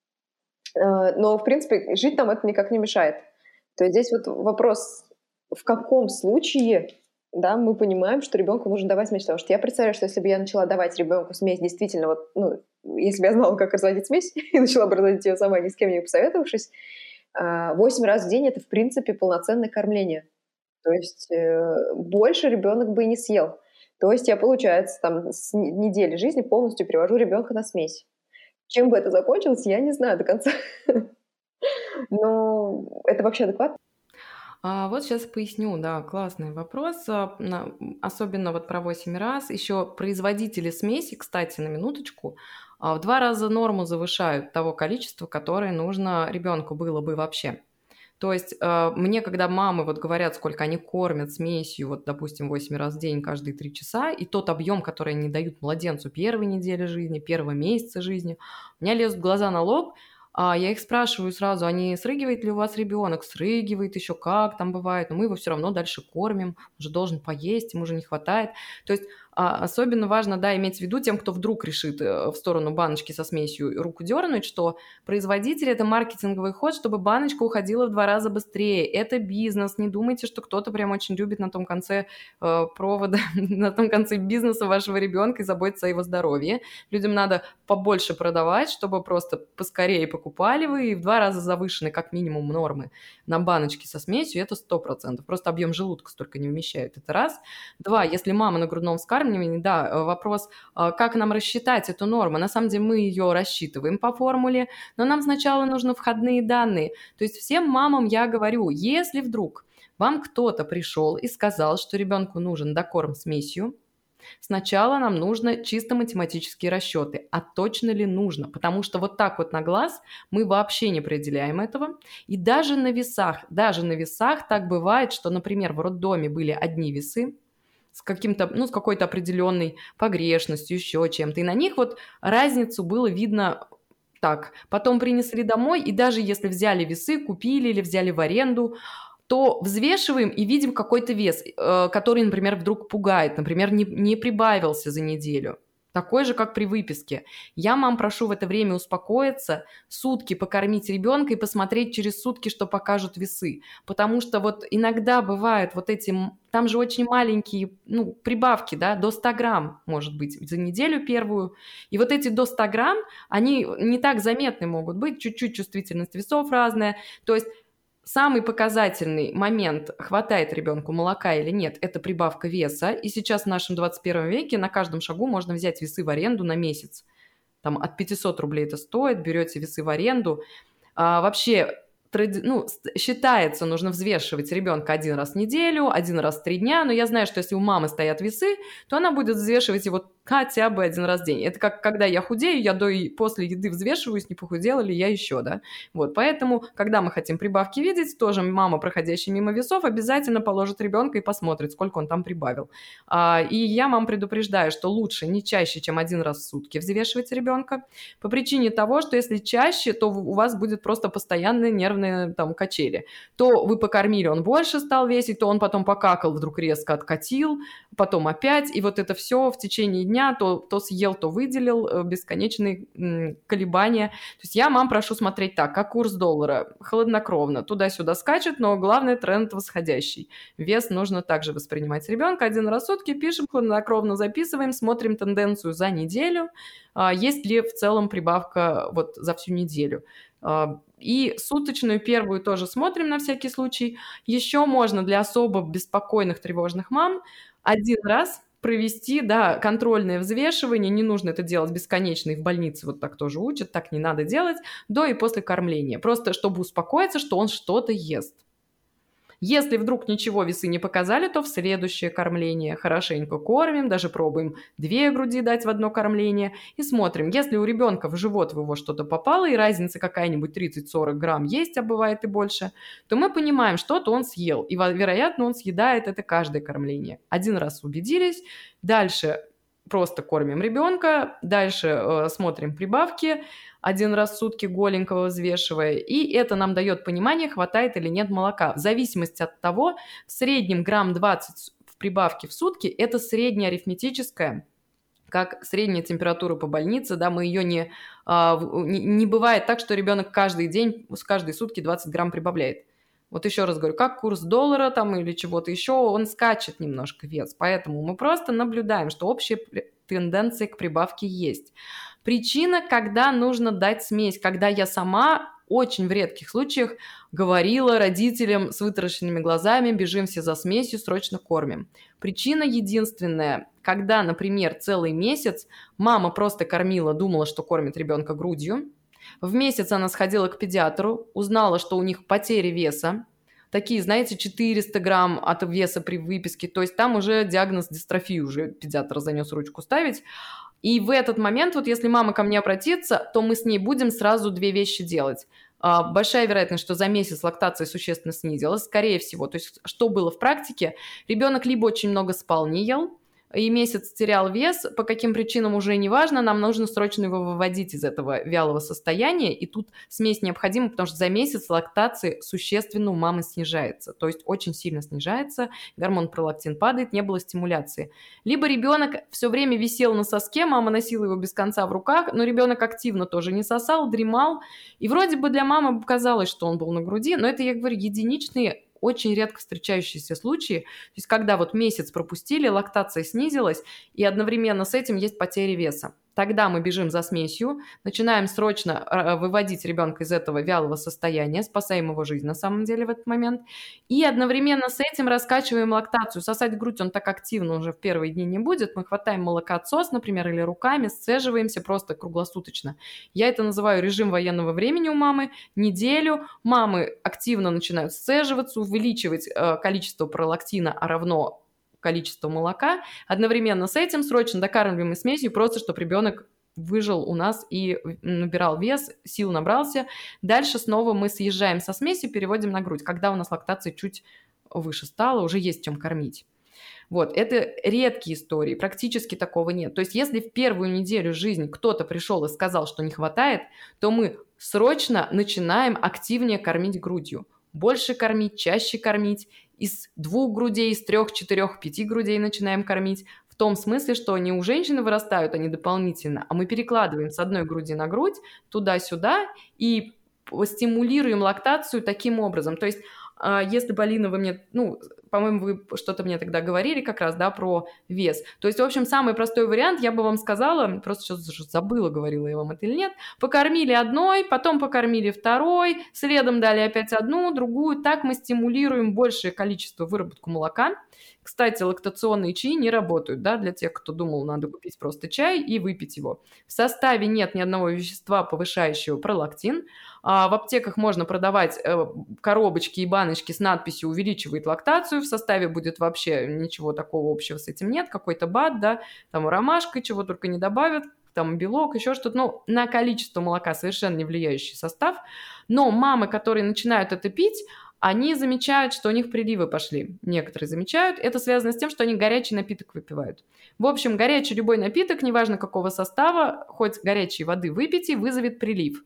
А, но, в принципе, жить нам это никак не мешает. То есть здесь вот вопрос, в каком случае, да, мы понимаем, что ребенку нужно давать смесь, потому что я представляю, что если бы я начала давать ребенку смесь действительно, вот, ну, если бы я знала, как разводить смесь, и начала бы разводить ее сама, ни с кем не посоветовавшись, восемь раз в день – это, в принципе, полноценное кормление. То есть э, больше ребенок бы и не съел. То есть я, получается, там с недели жизни полностью перевожу ребенка на смесь. Чем бы это закончилось, я не знаю до конца. Но это вообще адекватно? А вот сейчас поясню, да, классный вопрос, а, на- особенно вот про восемь раз. Еще производители смеси, кстати, на минуточку, а, в два раза норму завышают того количества, которое нужно ребенку было бы вообще. То есть э, мне, когда мамы вот говорят, сколько они кормят смесью, вот, допустим, восемь раз в день, каждые три часа, и тот объем, который они дают младенцу первой недели жизни, первого месяца жизни, у меня лезут глаза на лоб, а я их спрашиваю сразу, а не срыгивает ли у вас ребенок? Срыгивает еще, как там бывает, но мы его все равно дальше кормим, он же должен поесть, ему же не хватает. То есть а, особенно важно, да, иметь в виду тем, кто вдруг решит э, в сторону баночки со смесью руку дернуть, что производитель – это маркетинговый ход, чтобы баночка уходила в два раза быстрее. Это бизнес. Не думайте, что кто-то прям очень любит на том конце э, провода, на том конце бизнеса вашего ребенка и заботиться о его здоровье. Людям надо побольше продавать, чтобы просто поскорее покупали вы, и в два раза завышены как минимум нормы на баночке со смесью, это сто процентов. Просто объем желудка столько не вмещает. Это раз. Два, если мама на грудном вскармливании, да, вопрос, как нам рассчитать эту норму. На самом деле мы ее рассчитываем по формуле, но нам сначала нужны входные данные. То есть всем мамам я говорю, если вдруг вам кто-то пришел и сказал, что ребенку нужен докорм смесью, сначала нам нужно чисто математические расчеты, а точно ли нужно, потому что вот так вот на глаз мы вообще не определяем этого. И даже на весах, даже на весах так бывает, что, например, в роддоме были одни весы, с каким-то, ну, с какой-то определенной погрешностью, еще чем-то. И на них вот разницу было видно так. Потом принесли домой, и даже если взяли весы, купили или взяли в аренду, то взвешиваем и видим какой-то вес, э, который, например, вдруг пугает, например, не, не прибавился за неделю. Такой же, как при выписке. Я мам прошу в это время успокоиться, сутки покормить ребенка и посмотреть через сутки, что покажут весы. Потому что вот иногда бывают вот эти, там же очень маленькие, ну, прибавки, да, до ста грамм, может быть, за неделю первую. И вот эти до ста грамм, они не так заметны могут быть, чуть-чуть чувствительность весов разная. То есть самый показательный момент, хватает ребенку молока или нет, это прибавка веса. И сейчас в нашем двадцать первом веке на каждом шагу можно взять весы в аренду на месяц. Там от пятисот рублей это стоит, берете весы в аренду. А, вообще, тради... ну, считается, нужно взвешивать ребенка один раз в неделю, один раз в три дня. Но я знаю, что если у мамы стоят весы, то она будет взвешивать его хотя бы один раз в день. Это как когда я худею, я до и после еды взвешиваюсь, не похудела ли я еще, да. Вот, поэтому, когда мы хотим прибавки видеть, тоже мама, проходящая мимо весов, обязательно положит ребенка и посмотрит, сколько он там прибавил. А, и я мам предупреждаю, что лучше не чаще, чем один раз в сутки взвешивать ребенка, по причине того, что если чаще, то у вас будет просто постоянные нервные там качели. То вы покормили, он больше стал весить, то он потом покакал, вдруг резко откатил, потом опять, и вот это все в течение дня То, то съел, то выделил, бесконечные м, колебания. То есть я мам прошу смотреть так, как курс доллара, хладнокровно, туда-сюда скачет, но главный тренд восходящий. Вес нужно также воспринимать ребенка. Один раз в сутки пишем, хладнокровно записываем, смотрим тенденцию за неделю, а, есть ли в целом прибавка вот за всю неделю. А, и суточную первую тоже смотрим на всякий случай. Еще можно для особо беспокойных, тревожных мам один раз провести, да, контрольное взвешивание, не нужно это делать бесконечно, и в больнице вот так тоже учат, так не надо делать, до и после кормления, просто чтобы успокоиться, что он что-то ест. Если вдруг ничего весы не показали, то в следующее кормление хорошенько кормим, даже пробуем две груди дать в одно кормление и смотрим. Если у ребенка в живот в его что-то попало и разница какая-нибудь тридцать-сорок грамм есть, а бывает и больше, то мы понимаем, что-то он съел. И, вероятно, он съедает это каждое кормление. Один раз убедились, дальше просто кормим ребенка, дальше э, смотрим прибавки, один раз в сутки голенького взвешивая, и это нам дает понимание, хватает или нет молока. В зависимости от того, в среднем грамм двадцать в прибавке в сутки, это средняя арифметическая, как средняя температура по больнице, да, мы ее не, не, не бывает так, что ребенок каждый день, с каждой сутки двадцать грамм прибавляет. Вот еще раз говорю, как курс доллара там или чего-то еще, он скачет немножко вес, поэтому мы просто наблюдаем, что общая тенденция к прибавке есть. Причина, когда нужно дать смесь, когда я сама очень в редких случаях говорила родителям с вытаращенными глазами: бежим все за смесью, срочно кормим. Причина единственная: когда, например, целый месяц мама просто кормила, думала, что кормит ребенка грудью. В месяц она сходила к педиатру, узнала, что у них потери веса, такие, знаете, четыреста грамм от веса при выписке, то есть там уже диагноз дистрофии уже педиатр занес ручку ставить. И в этот момент, вот если мама ко мне обратится, то мы с ней будем сразу две вещи делать. А, большая вероятность, что за месяц лактация существенно снизилась, скорее всего. То есть что было в практике? Ребенок либо очень много спал, не ел, и месяц терял вес, по каким причинам уже не важно, нам нужно срочно его выводить из этого вялого состояния, и тут смесь необходима, потому что за месяц лактации существенно у мамы снижается, то есть очень сильно снижается, гормон пролактин падает, не было стимуляции. Либо ребенок все время висел на соске, мама носила его без конца в руках, но ребенок активно тоже не сосал, дремал, и вроде бы для мамы казалось, что он был на груди, но это, я говорю, единичные, очень редко встречающиеся случаи, то есть когда вот месяц пропустили, лактация снизилась, и одновременно с этим есть потери веса. Тогда мы бежим за смесью, начинаем срочно выводить ребенка из этого вялого состояния, спасаем его жизнь на самом деле в этот момент, и одновременно с этим раскачиваем лактацию. Сосать грудь он так активно уже в первые дни не будет, мы хватаем молокоотсос, например, или руками, сцеживаемся просто круглосуточно. Я это называю режим военного времени у мамы. Неделю мамы активно начинают сцеживаться, увеличивать э, количество пролактина, а равно количество молока. Одновременно с этим срочно докармливаем смесью, просто чтобы ребенок выжил у нас и набирал вес, сил набрался. Дальше снова мы съезжаем со смеси, переводим на грудь. Когда у нас лактация чуть выше стала, уже есть чем кормить. Вот, это редкие истории, практически такого нет. То есть если в первую неделю жизни кто-то пришел и сказал, что не хватает, то мы срочно начинаем активнее кормить грудью. Больше кормить, чаще кормить. Из двух грудей, из трех, четырех, пяти грудей начинаем кормить. В том смысле, что не у женщины вырастают они дополнительно, а мы перекладываем с одной груди на грудь, туда-сюда, и стимулируем лактацию таким образом. То есть если бы, Алина, вы мне, ну, по-моему, вы что-то мне тогда говорили как раз, да, про вес. То есть, в общем, самый простой вариант, я бы вам сказала, просто сейчас забыла, говорила я вам это или нет, покормили одной, потом покормили второй, следом дали опять одну, другую, так мы стимулируем большее количество выработку молока. Кстати, лактационные чаи не работают, да, для тех, кто думал, надо купить просто чай и выпить его. В составе нет ни одного вещества, повышающего пролактин. А в аптеках можно продавать э, коробочки и баночки с надписью «увеличивает лактацию». В составе будет вообще ничего такого общего с этим нет. Какой-то БАД, да, там ромашка, чего только не добавят, там белок, еще что-то. Ну, на количество молока совершенно не влияющий состав. Но мамы, которые начинают это пить, они замечают, что у них приливы пошли. Некоторые замечают. Это связано с тем, что они горячий напиток выпивают. В общем, горячий любой напиток, неважно какого состава, хоть горячей воды выпейте, вызовет прилив.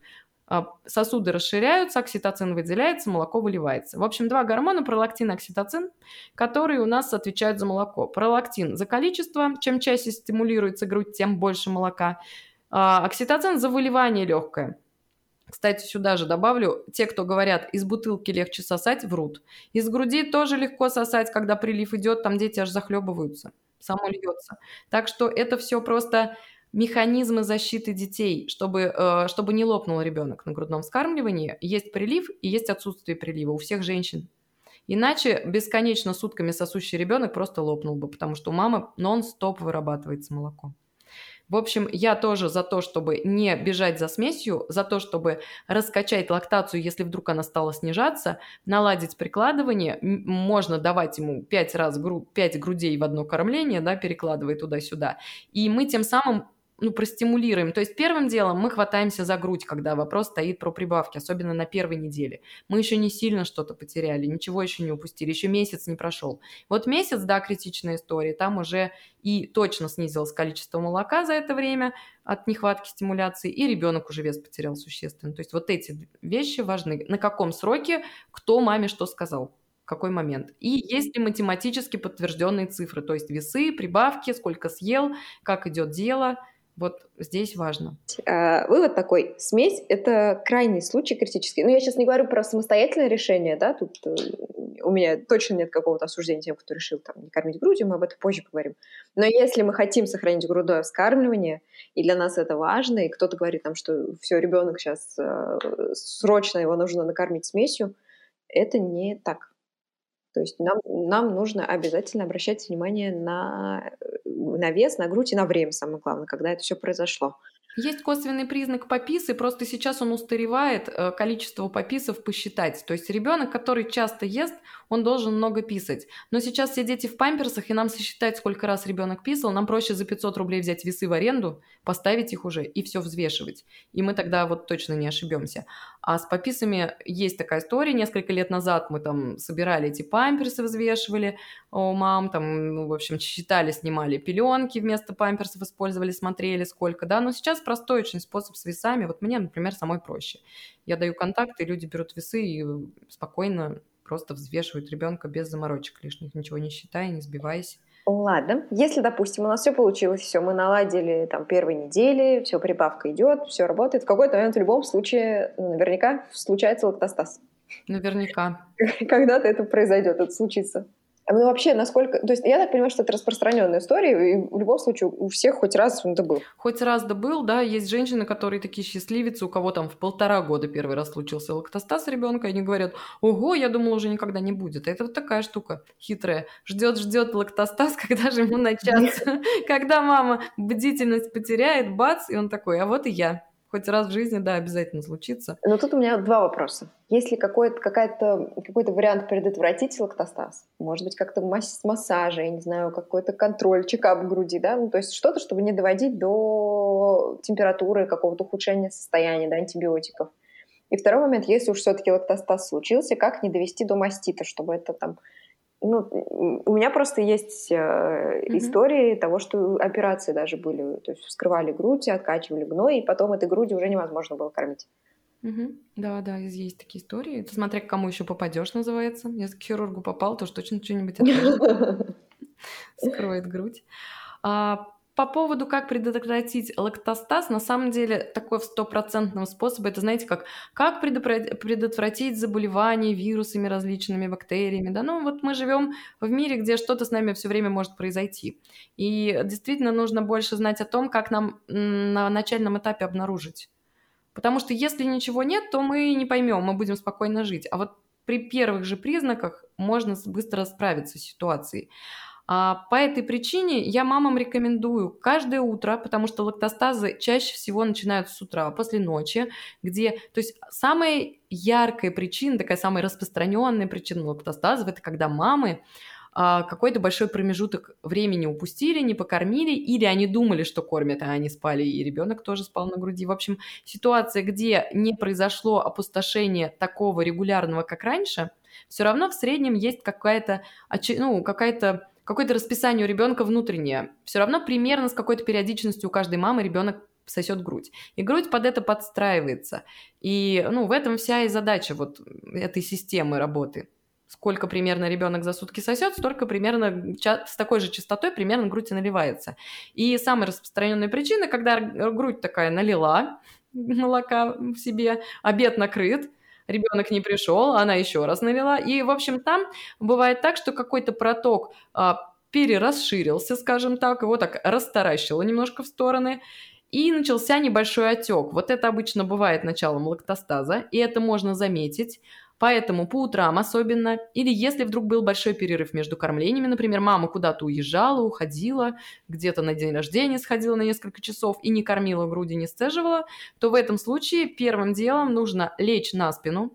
Сосуды расширяются, окситоцин выделяется, молоко выливается. В общем, два гормона, пролактин и окситоцин, которые у нас отвечают за молоко. Пролактин за количество, чем чаще стимулируется грудь, тем больше молока. Окситоцин за выливание легкое. Кстати, сюда же добавлю, те, кто говорят, из бутылки легче сосать, врут. Из груди тоже легко сосать, когда прилив идет, там дети аж захлебываются, само льется. Так что это все просто механизмы защиты детей, чтобы, э, чтобы не лопнул ребенок на грудном вскармливании. Есть прилив и есть отсутствие прилива у всех женщин. Иначе бесконечно сутками сосущий ребенок просто лопнул бы, потому что у мамы нон-стоп вырабатывается молоко. В общем, я тоже за то, чтобы не бежать за смесью, за то, чтобы раскачать лактацию, если вдруг она стала снижаться, наладить прикладывание. Можно давать ему пять раз гру- пять грудей в одно кормление, да, перекладывая туда-сюда. И мы тем самым ну, простимулируем. То есть первым делом мы хватаемся за грудь, когда вопрос стоит про прибавки, особенно на первой неделе. Мы еще не сильно что-то потеряли, ничего еще не упустили, еще месяц не прошел. Вот месяц, да, критичная история, там уже и точно снизилось количество молока за это время от нехватки стимуляции, и ребенок уже вес потерял существенно. То есть вот эти вещи важны. На каком сроке, кто маме что сказал. Какой момент. И есть ли математически подтвержденные цифры, то есть весы, прибавки, сколько съел, как идет дело. Вот здесь важно. А, вывод такой. Смесь — это крайний случай критический. Ну, я сейчас не говорю про самостоятельное решение, да, тут у меня точно нет какого-то осуждения тем, кто решил там не кормить грудью, мы об этом позже поговорим. Но если мы хотим сохранить грудное вскармливание, и для нас это важно, и кто-то говорит нам, что все, ребенок сейчас э, срочно его нужно накормить смесью, это не так. То есть нам, нам нужно обязательно обращать внимание на, на вес, на грудь и на время, самое главное, когда это все произошло. Есть косвенный признак пописы, просто сейчас он устаревает, э, количество пописов посчитать. То есть ребенок, который часто ест, он должен много писать. Но сейчас все дети в памперсах, и нам сосчитать, сколько раз ребенок писал, нам проще за пятьсот рублей взять весы в аренду, поставить их уже и все взвешивать. И мы тогда вот точно не ошибемся. А с пописами есть такая история. Несколько лет назад мы там собирали эти памперсы, взвешивали у мам, там, ну, в общем, считали, снимали пеленки вместо памперсов, использовали, смотрели сколько, да. Но сейчас простой очень способ с весами. Вот мне, например, самой проще. Я даю контакты, люди берут весы и спокойно просто взвешивают ребенка без заморочек лишних, ничего не считая, не сбиваясь. Ладно, если, допустим, у нас все получилось, все, мы наладили там первой недели, все, прибавка идет, все работает, в какой-то момент в любом случае ну, наверняка случается лактостаз. Наверняка. Когда-то это произойдет, это случится. Ну, вообще, насколько... То есть я так понимаю, что это распространенная история, и в любом случае у всех хоть раз он был. Хоть раз да был, да. Есть женщины, которые такие счастливицы, у кого там в полтора года первый раз случился лактостаз ребенка, и они говорят, ого, я думала, уже никогда не будет. Это вот такая штука хитрая. Ждет-ждет лактостаз, когда же ему начаться. Когда мама бдительность потеряет, бац, и он такой, а вот и я. Хоть раз в жизни, да, обязательно случится. Но тут у меня два вопроса. Есть ли какой-то, какая-то, какой-то вариант предотвратить лактостаз? Может быть, как-то масс- массажа, я не знаю, какой-то контроль, чекап груди, да? Ну, то есть что-то, чтобы не доводить до температуры, какого-то ухудшения состояния, да, антибиотиков. И второй момент, если уж все-таки лактостаз случился, как не довести до мастита, чтобы это там... Ну, у меня просто есть э, mm-hmm. истории того, что операции даже были. То есть вскрывали грудь, откачивали гной, и потом этой груди уже невозможно было кормить. Mm-hmm. Да, да, есть такие истории. Это смотря к кому еще попадешь, называется. Если к хирургу попал, то уж точно что-нибудь отрежет. Скроет грудь. По поводу, как предотвратить лактостаз, на самом деле такой стопроцентного способа, это, знаете, как, как предотвратить заболевания вирусами, различными бактериями, да, ну вот мы живем в мире, где что-то с нами все время может произойти, и действительно нужно больше знать о том, как нам на начальном этапе обнаружить, потому что если ничего нет, то мы не поймем, мы будем спокойно жить, а вот при первых же признаках можно быстро справиться с ситуацией. А по этой причине я мамам рекомендую каждое утро, потому что лактостазы чаще всего начинаются с утра, после ночи, где, то есть самая яркая причина, такая самая распространенная причина лактостазов, это когда мамы а, какой-то большой промежуток времени упустили, не покормили, или они думали, что кормят, а они спали, и ребенок тоже спал на груди. В общем, ситуация, где не произошло опустошение такого регулярного, как раньше, все равно в среднем есть какая-то, ну, какая-то какое-то расписание у ребенка внутреннее. Все равно примерно с какой-то периодичностью у каждой мамы ребенок сосет грудь. И грудь под это подстраивается. И ну, в этом вся и задача вот этой системы работы. Сколько примерно ребенок за сутки сосет, столько примерно с такой же частотой примерно грудь и наливается. И самая распространенная причина, когда грудь такая налила молока в себе, обед накрыт, ребенок не пришел, она еще раз налила. И, в общем, там бывает так, что какой-то проток а, перерасширился, скажем так, его так растаращило немножко в стороны, и начался небольшой отек. Вот это обычно бывает началом лактостаза, и это можно заметить. Поэтому по утрам особенно, или если вдруг был большой перерыв между кормлениями, например, мама куда-то уезжала, уходила, где-то на день рождения сходила на несколько часов и не кормила груди, не сцеживала, то в этом случае первым делом нужно лечь на спину.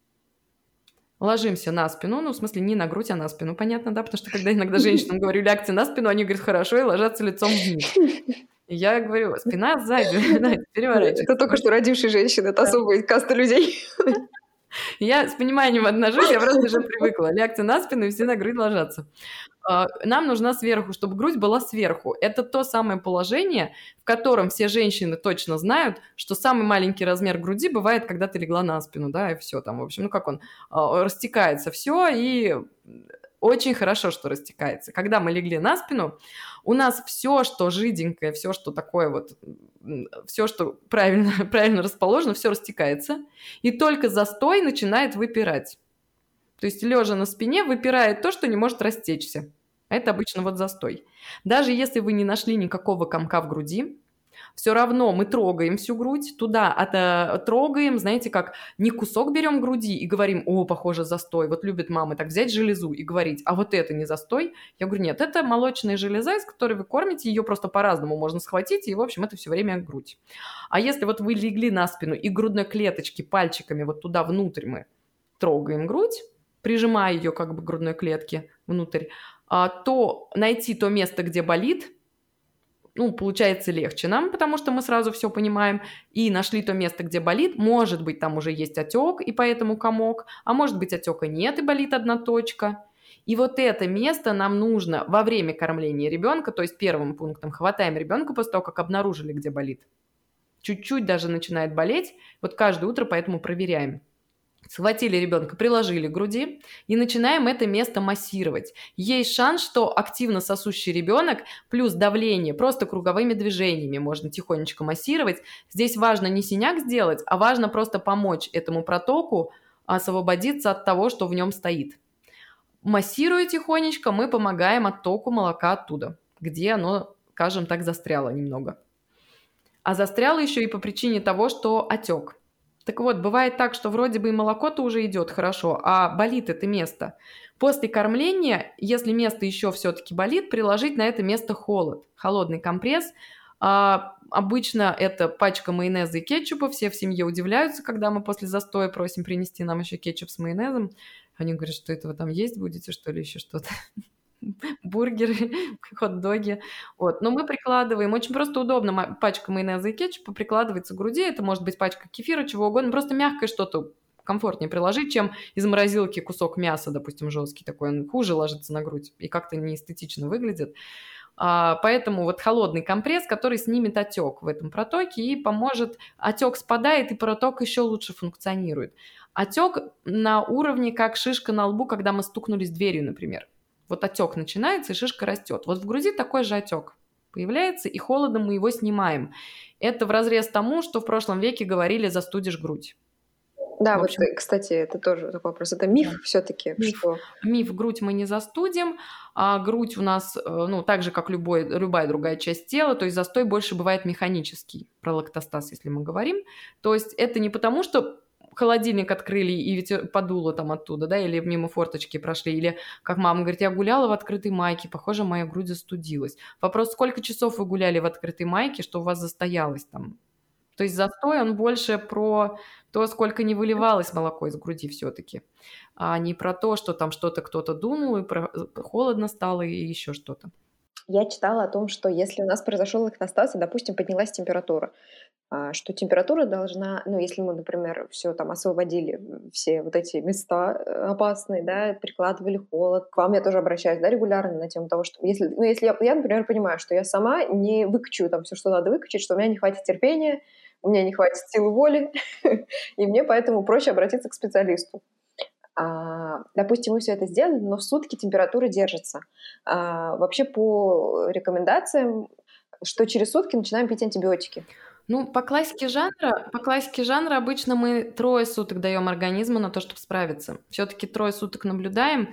Ложимся на спину, ну, в смысле, не на грудь, а на спину, понятно, да? Потому что когда иногда женщинам говорю, лягте на спину, они говорят, хорошо, и ложатся лицом вниз. И я говорю, спина сзади, переворачивается. Это только что родившие женщины, это особая каста людей. Я с пониманием отношусь, я просто уже привыкла. Лягте на спину, и все на грудь ложатся. Нам нужна сверху, чтобы грудь была сверху. Это то самое положение, в котором все женщины точно знают, что самый маленький размер груди бывает, когда ты легла на спину, да, и все там, в общем, ну как он, растекается все, и очень хорошо, что растекается. Когда мы легли на спину, у нас все, что жиденькое, все, что такое вот, все, что правильно, правильно расположено, все растекается, и только застой начинает выпирать. То есть лежа на спине выпирает то, что не может растечься. Это обычно вот застой. Даже если вы не нашли никакого комка в груди, все равно мы трогаем всю грудь, туда от, трогаем, знаете, как не кусок берем груди и говорим, о, похоже, застой. Вот любят мамы так взять железу и говорить, а вот это не застой. Я говорю, нет, это молочная железа, из которой вы кормите, ее просто по-разному можно схватить, и, в общем, это все время грудь. А если вот вы легли на спину и грудной клеточки пальчиками вот туда внутрь мы трогаем грудь, прижимая ее как бы к грудной клетке внутрь, то найти то место, где болит, ну, получается легче нам, потому что мы сразу все понимаем, и нашли то место, где болит. Может быть, там уже есть отек, и поэтому комок, а может быть, отека нет, и болит одна точка. И вот это место нам нужно во время кормления ребенка, то есть первым пунктом хватаем ребенка после того, как обнаружили, где болит. Чуть-чуть даже начинает болеть, вот каждое утро поэтому проверяем. Схватили ребенка, приложили к груди и начинаем это место массировать. Есть шанс, что активно сосущий ребенок плюс давление просто круговыми движениями можно тихонечко массировать. Здесь важно не синяк сделать, а важно просто помочь этому протоку освободиться от того, что в нем стоит. Массируя тихонечко, мы помогаем оттоку молока оттуда, где оно, скажем так, застряло немного. А застряло еще и по причине того, что отек. Так вот, бывает так, что вроде бы и молоко-то уже идет хорошо, а болит это место. После кормления, если место еще все-таки болит, приложить на это место холод, холодный компресс. А, обычно это пачка майонеза и кетчупа. Все в семье удивляются, когда мы после застоя просим принести нам еще кетчуп с майонезом. Они говорят, что это вы там есть будете, что ли, еще что-то. Бургеры, хот-доги. Вот. Но мы прикладываем, очень просто удобно, пачка майонеза и кетчупа прикладывается к груди, это может быть пачка кефира, чего угодно, просто мягкое что-то комфортнее приложить, чем из морозилки кусок мяса, допустим, жесткий такой, он хуже ложится на грудь и как-то неэстетично выглядит. А, поэтому вот холодный компресс, который снимет отек в этом протоке и поможет, отек спадает и проток еще лучше функционирует. Отек на уровне как шишка на лбу, когда мы стукнулись дверью, например. Вот отек начинается, и шишка растет. Вот в груди такой же отек появляется, и холодом мы его снимаем. Это вразрез тому, что в прошлом веке говорили «застудишь грудь». Да, общем, вот, кстати, это тоже такой вопрос. Это миф да. все-таки? Миф. Что... миф. Грудь мы не застудим, а грудь у нас, ну, так же, как любой, любая другая часть тела, то есть застой больше бывает механический, про лактостаз, если мы говорим. То есть это не потому, что холодильник открыли и ветер подуло там оттуда, да, или мимо форточки прошли, или, как мама говорит, я гуляла в открытой майке, похоже, моя грудь застудилась. Вопрос, сколько часов вы гуляли в открытой майке, что у вас застоялось там? То есть застой, он больше про то, сколько не выливалось молоко из груди все-таки, а не про то, что там что-то кто-то дунул, и про... холодно стало, и еще что-то. Я читала о том, что если у нас произошел лактостаз, и, допустим, поднялась температура, что температура должна, ну, если мы, например, все там освободили, все вот эти места опасные, да, прикладывали холод. К вам я тоже обращаюсь, да, регулярно на тему того, что если, ну, если я, я, например, понимаю, что я сама не выкачу там все, что надо выкачать, что у меня не хватит терпения, у меня не хватит силы воли, и мне поэтому проще обратиться к специалисту. А, допустим, мы все это сделали, но в сутки температура держится. А, вообще по рекомендациям, что через сутки начинаем пить антибиотики. Ну, по классике жанра, по классике жанра обычно мы трое суток даем организму на то, чтобы справиться. Все-таки трое суток наблюдаем.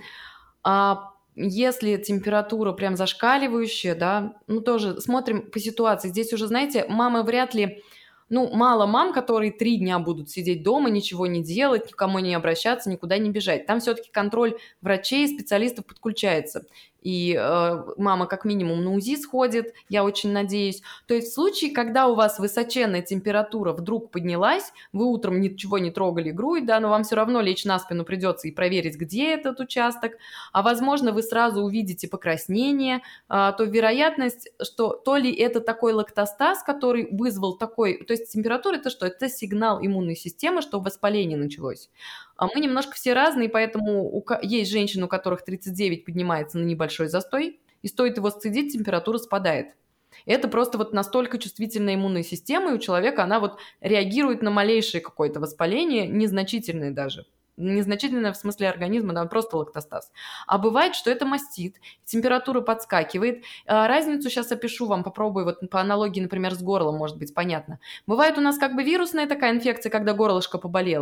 А если температура прям зашкаливающая, да, ну тоже смотрим по ситуации. Здесь уже, знаете, мамы вряд ли... Ну, мало мам, которые три дня будут сидеть дома, ничего не делать, никому не обращаться, никуда не бежать. Там все-таки контроль врачей, специалистов подключается. И э, мама как минимум на УЗИ сходит, я очень надеюсь. То есть в случае, когда у вас высоченная температура вдруг поднялась, вы утром ничего не трогали грудь, да, но вам все равно лечь на спину придется и проверить, где этот участок, а возможно вы сразу увидите покраснение, э, то вероятность, что то ли это такой лактостаз, который вызвал такой... То есть температура это что? Это сигнал иммунной системы, что воспаление началось. А мы немножко все разные, поэтому у... есть женщины, у которых тридцать девять поднимается на небольшой застой, и стоит его сцедить, температура спадает. Это просто вот настолько чувствительная иммунная система, и у человека она вот реагирует на малейшее какое-то воспаление, незначительное даже. Незначительное в смысле организма, да, просто лактостаз. А бывает, что это мастит, температура подскакивает. Разницу сейчас опишу вам, попробую вот по аналогии, например, с горлом, может быть, понятно. Бывает у нас как бы вирусная такая инфекция, когда горлышко поболело.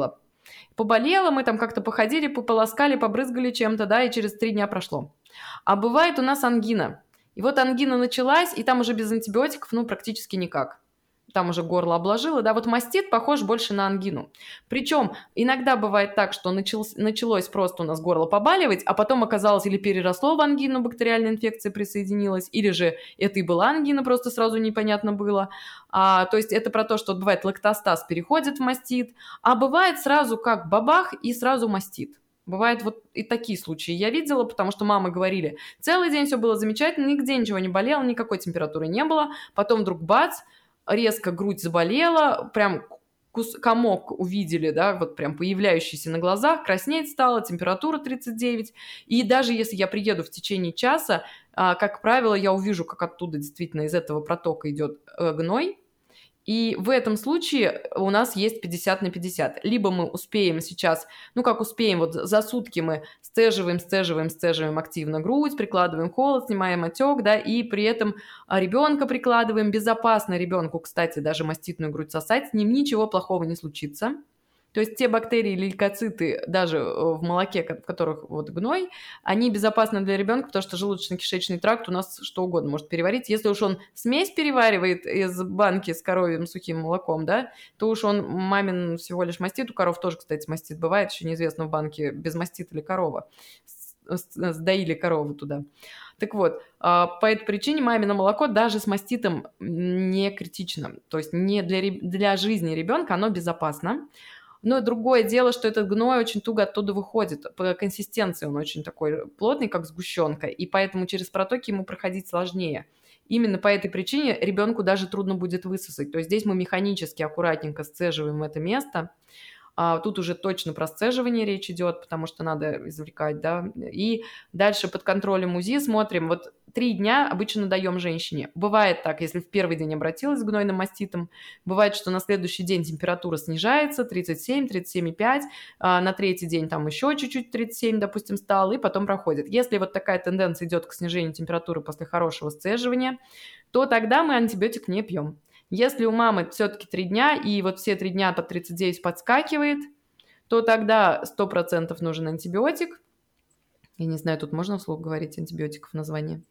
Поболело, мы там как-то походили, пополоскали, побрызгали чем-то, да, и через три дня прошло. А бывает у нас ангина. И вот ангина началась, и там уже без антибиотиков, ну, практически никак. Там уже горло обложило, да, вот мастит похож больше на ангину. Причем иногда бывает так, что началось, началось просто у нас горло побаливать, а потом оказалось или переросло в ангину, бактериальная инфекция присоединилась, или же это и была ангина, просто сразу непонятно было. А, то есть это про то, что бывает лактостаз переходит в мастит, а бывает сразу как бабах и сразу мастит. Бывают вот и такие случаи. Я видела, потому что мамы говорили, целый день все было замечательно, нигде ничего не болело, никакой температуры не было, потом вдруг бац, резко грудь заболела, прям кус- комок увидели, да, вот прям появляющийся на глазах, краснеть стало, температура тридцать девять. И даже если я приеду в течение часа, а, как правило, я увижу, как оттуда действительно из этого протока идет э, гной. И в этом случае у нас есть пятьдесят на пятьдесят. Либо мы успеем сейчас, ну как успеем, вот за сутки мы сцеживаем, сцеживаем, сцеживаем активно грудь, прикладываем холод, снимаем отек, да, и при этом ребенка прикладываем безопасно ребенку, кстати, даже маститную грудь сосать, с ним ничего плохого не случится. То есть те бактерии или лейкоциты даже в молоке, в которых вот гной, они безопасны для ребенка, потому что желудочно-кишечный тракт у нас что угодно может переварить. Если уж он смесь переваривает из банки с коровьим сухим молоком, да, то уж он мамин всего лишь мастит. У коров тоже, кстати, мастит бывает, еще неизвестно в банке без мастита ли корова. Сдаили корову туда. Так вот, по этой причине мамино молоко даже с маститом не критично. То есть не для, для жизни ребенка оно безопасно. Но другое дело, что этот гной очень туго оттуда выходит. По консистенции он очень такой плотный, как сгущенка, и поэтому через протоки ему проходить сложнее. Именно по этой причине ребенку даже трудно будет высосать. То есть здесь мы механически аккуратненько сцеживаем это место. А тут уже точно про сцеживание речь идет, потому что надо извлекать, да. И дальше под контролем УЗИ смотрим. Вот три дня обычно даем женщине. Бывает так, если в первый день обратилась с гнойным маститом, бывает, что на следующий день температура снижается, тридцать семь, тридцать семь и пять, а на третий день там еще чуть-чуть тридцать семь, допустим, стало, и потом проходит. Если вот такая тенденция идет к снижению температуры после хорошего сцеживания, то тогда мы антибиотик не пьем. Если у мамы все-таки три дня, и вот все три дня по тридцать девять подскакивает, то тогда сто процентов нужен антибиотик. Я не знаю, тут можно вслух говорить антибиотиков название?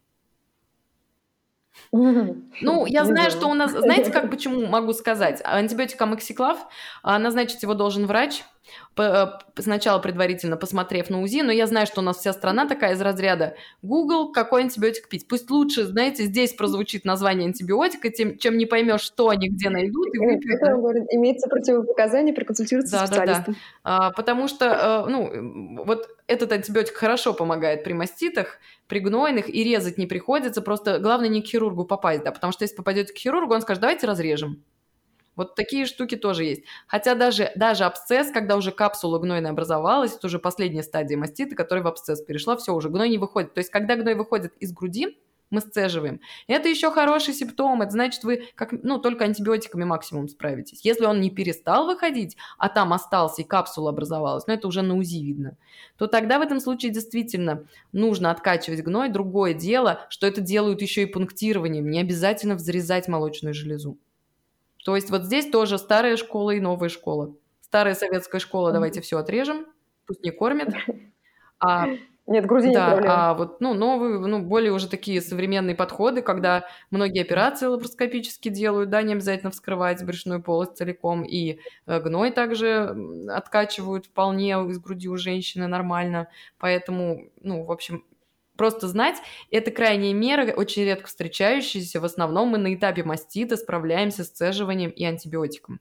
Ну, я знаю, что у нас... Знаете, как почему могу сказать? Антибиотик амоксиклав, назначить его должен врач, сначала предварительно посмотрев на УЗИ, но я знаю, что у нас вся страна такая из разряда Google, какой антибиотик пить. Пусть лучше, знаете, здесь прозвучит название антибиотика, тем, чем не поймешь, что они где найдут и выпьют. Это, говорит, имеется противопоказание при консультировании да, с специалистом. Да, да. А, потому что, ну, вот этот антибиотик хорошо помогает при маститах, при гнойных, и резать не приходится, просто главное не к хирургу попасть, да, потому что если попадете к хирургу, он скажет, давайте разрежем. Вот такие штуки тоже есть. Хотя даже, даже абсцесс, когда уже капсула гнойная образовалась, это уже последняя стадия мастита, которая в абсцесс перешла, все, уже гной не выходит. То есть, когда гной выходит из груди, мы сцеживаем. Это еще хороший симптом, это значит, вы как, ну, только антибиотиками максимум справитесь. Если он не перестал выходить, а там остался и капсула образовалась, но это уже на УЗИ видно, то тогда в этом случае действительно нужно откачивать гной. Другое дело, что это делают еще и пунктированием, не обязательно взрезать молочную железу. То есть вот здесь тоже старая школа и новая школа. Старая советская школа, давайте все отрежем, пусть не кормят. А, Нет, груди да, не проблема. а вот ну, новые, ну, более уже такие современные подходы, когда многие операции лапароскопически делают, да, не обязательно вскрывать брюшную полость целиком, и э, гной также откачивают вполне из груди у женщины нормально. Поэтому, ну, в общем... Просто знать, это крайняя мера, очень редко встречающаяся. В основном мы на этапе мастита справляемся с сцеживанием и антибиотиком.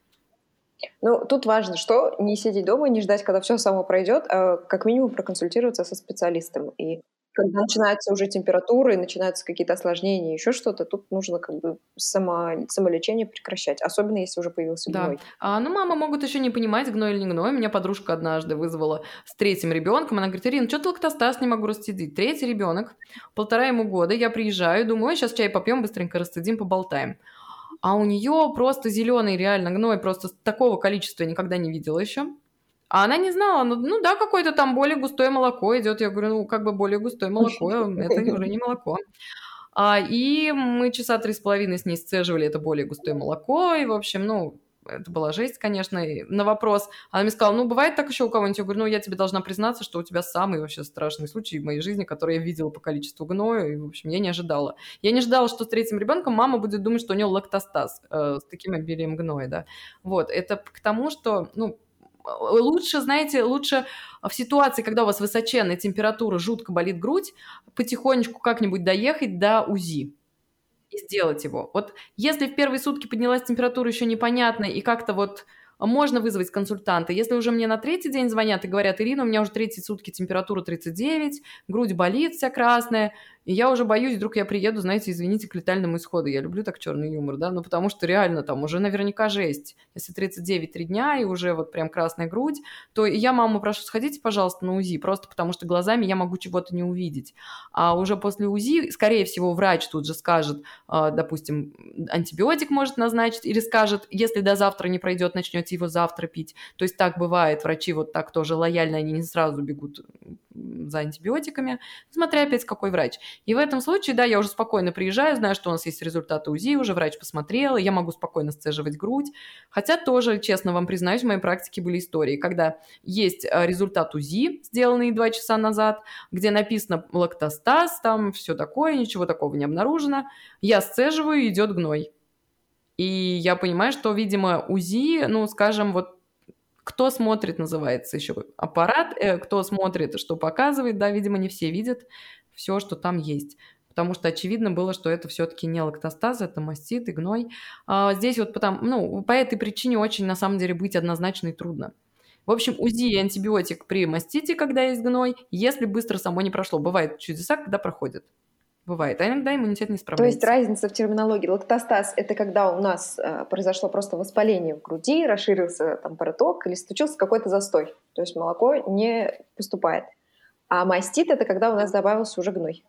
Ну, тут важно, что не сидеть дома, не ждать, когда все само пройдет, а как минимум проконсультироваться со специалистом. И когда начинается уже температура и начинаются какие-то осложнения, еще что-то, тут нужно как бы само, самолечение прекращать, особенно если уже появился гной. Да. А, ну, мама могут еще не понимать, гной или не гной. Меня подружка однажды вызвала с третьим ребенком. Она говорит, Ирина, что-то лактостаз не могу расцедить. Третий ребенок, полтора ему года. Я приезжаю, думаю, сейчас чай попьем, быстренько расцедим, поболтаем. А у нее просто зеленый реально гной, просто такого количества я никогда не видела еще. А она не знала, ну, ну да, какое-то там более густое молоко идет. Я говорю, ну как бы более густое молоко, это уже не молоко. А, и мы часа три с половиной с ней сцеживали это более густое молоко, и в общем, ну, это была жесть, конечно, и на вопрос. Она мне сказала, ну, бывает так еще у кого-нибудь? Я говорю, ну, я тебе должна признаться, что у тебя самый вообще страшный случай в моей жизни, который я видела по количеству гноя, и, в общем, я не ожидала. Я не ожидала, что с третьим ребенком мама будет думать, что у нее лактостаз э, с таким обилием гноя, да. Вот, это к тому, что, ну, лучше, знаете, лучше в ситуации, когда у вас высоченная температура, жутко болит грудь, потихонечку как-нибудь доехать до УЗИ и сделать его. Вот если в первые сутки поднялась температура еще непонятно, и как-то вот можно вызвать консультанта. Если уже мне на третий день звонят и говорят, Ирина, у меня уже третьи сутки температура тридцать девять, грудь болит вся красная, и я уже боюсь, вдруг я приеду, знаете, извините, к летальному исходу. Я люблю так черный юмор, да, ну потому что реально там уже наверняка жесть. Если тридцать девять три дня и уже вот прям красная грудь, то я маму прошу, сходите, пожалуйста, на УЗИ, просто потому что глазами я могу чего-то не увидеть. А уже после УЗИ, скорее всего, врач тут же скажет, допустим, антибиотик может назначить или скажет, если до завтра не пройдет, начнете его завтра пить. То есть так бывает, врачи вот так тоже лояльно, они не сразу бегут за антибиотиками, смотря опять какой врач. И в этом случае, да, я уже спокойно приезжаю, знаю, что у нас есть результаты УЗИ, уже врач посмотрел, я могу спокойно сцеживать грудь. Хотя тоже, честно вам признаюсь, в моей практике были истории, когда есть результат УЗИ, сделанный два часа назад, где написано лактостаз, там все такое, ничего такого не обнаружено. Я сцеживаю, идет гной. И я понимаю, что, видимо, УЗИ, ну, скажем, вот кто смотрит, называется еще аппарат, э, кто смотрит, что показывает, да, видимо, не все видят все, что там есть. Потому что очевидно было, что это все-таки не лактостаз, это мастит и гной. А здесь вот потому, ну, по этой причине очень, на самом деле, быть однозначно и трудно. В общем, УЗИ и антибиотик при мастите, когда есть гной, если быстро само не прошло. Бывают чудеса, когда проходит. Бывает, а иногда иммунитет не справляется. То есть разница в терминологии. Лактостаз — это когда у нас э, произошло просто воспаление в груди, расширился там проток или случился какой-то застой. То есть молоко не поступает. А мастит — это когда у нас добавился уже гной.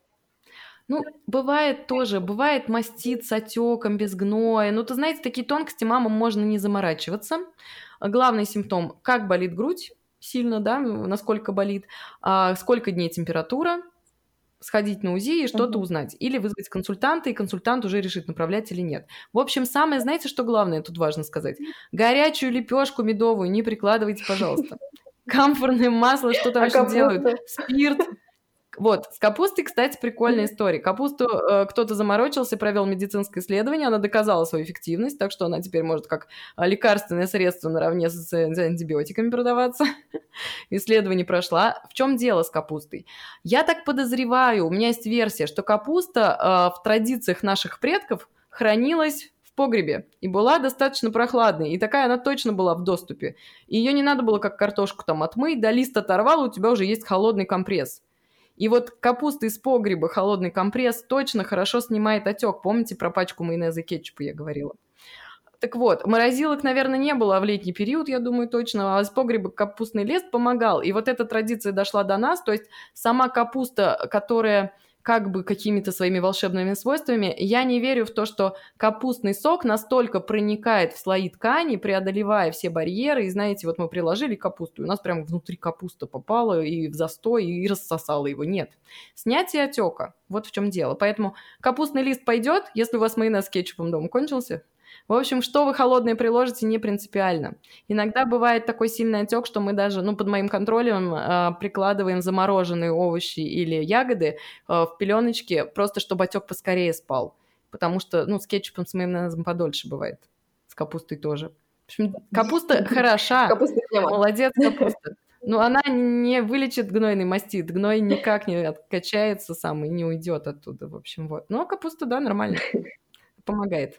Ну, бывает тоже. Бывает мастит с отеком, без гноя. Ну, ты знаете, такие тонкости мамам можно не заморачиваться. Главный симптом — как болит грудь сильно, да, насколько болит, а сколько дней температура, сходить на УЗИ и что-то uh-huh. узнать. Или вызвать консультанта, и консультант уже решит, направлять или нет. В общем, самое, знаете, что главное тут важно сказать? Горячую лепешку медовую не прикладывайте, пожалуйста. Камфорное масло, что там еще делают? Спирт. Вот, с капустой, кстати, прикольная история. Капусту э, кто-то заморочился, провел медицинское исследование, она доказала свою эффективность, так что она теперь может как лекарственное средство наравне с, с антибиотиками продаваться. Исследование прошла. В чем дело с капустой? Я так подозреваю, у меня есть версия, что капуста э, в традициях наших предков хранилась в погребе и была достаточно прохладной, и такая она точно была в доступе. И ее не надо было как картошку там отмыть, да лист оторвал, у тебя уже есть холодный компресс. И вот капуста из погреба, холодный компресс точно хорошо снимает отек. Помните про пачку майонеза и кетчупа я говорила? Так вот, морозилок, наверное, не было, а в летний период, я думаю, точно, а из погреба капустный лист помогал. И вот эта традиция дошла до нас, то есть сама капуста, которая как бы какими-то своими волшебными свойствами, я не верю в то, что капустный сок настолько проникает в слои ткани, преодолевая все барьеры, и знаете, вот мы приложили капусту, и у нас прямо внутри капуста попала и в застой, и рассосала его. Нет. Снятие отека, вот в чем дело. Поэтому капустный лист пойдет, если у вас майонез с кетчупом дома кончился. В общем, что вы холодное приложите, не принципиально. Иногда бывает такой сильный отек, что мы даже, ну, под моим контролем э, прикладываем замороженные овощи или ягоды э, в пеленочке, просто чтобы отек поскорее спал. Потому что, ну, с кетчупом, с майонезом подольше бывает. С капустой тоже. В общем, капуста хороша. Молодец, капуста. Но она не вылечит гнойный мастит. Гной никак не откачается сам и не уйдет оттуда. В общем, вот. Но капуста, да, нормально. Помогает.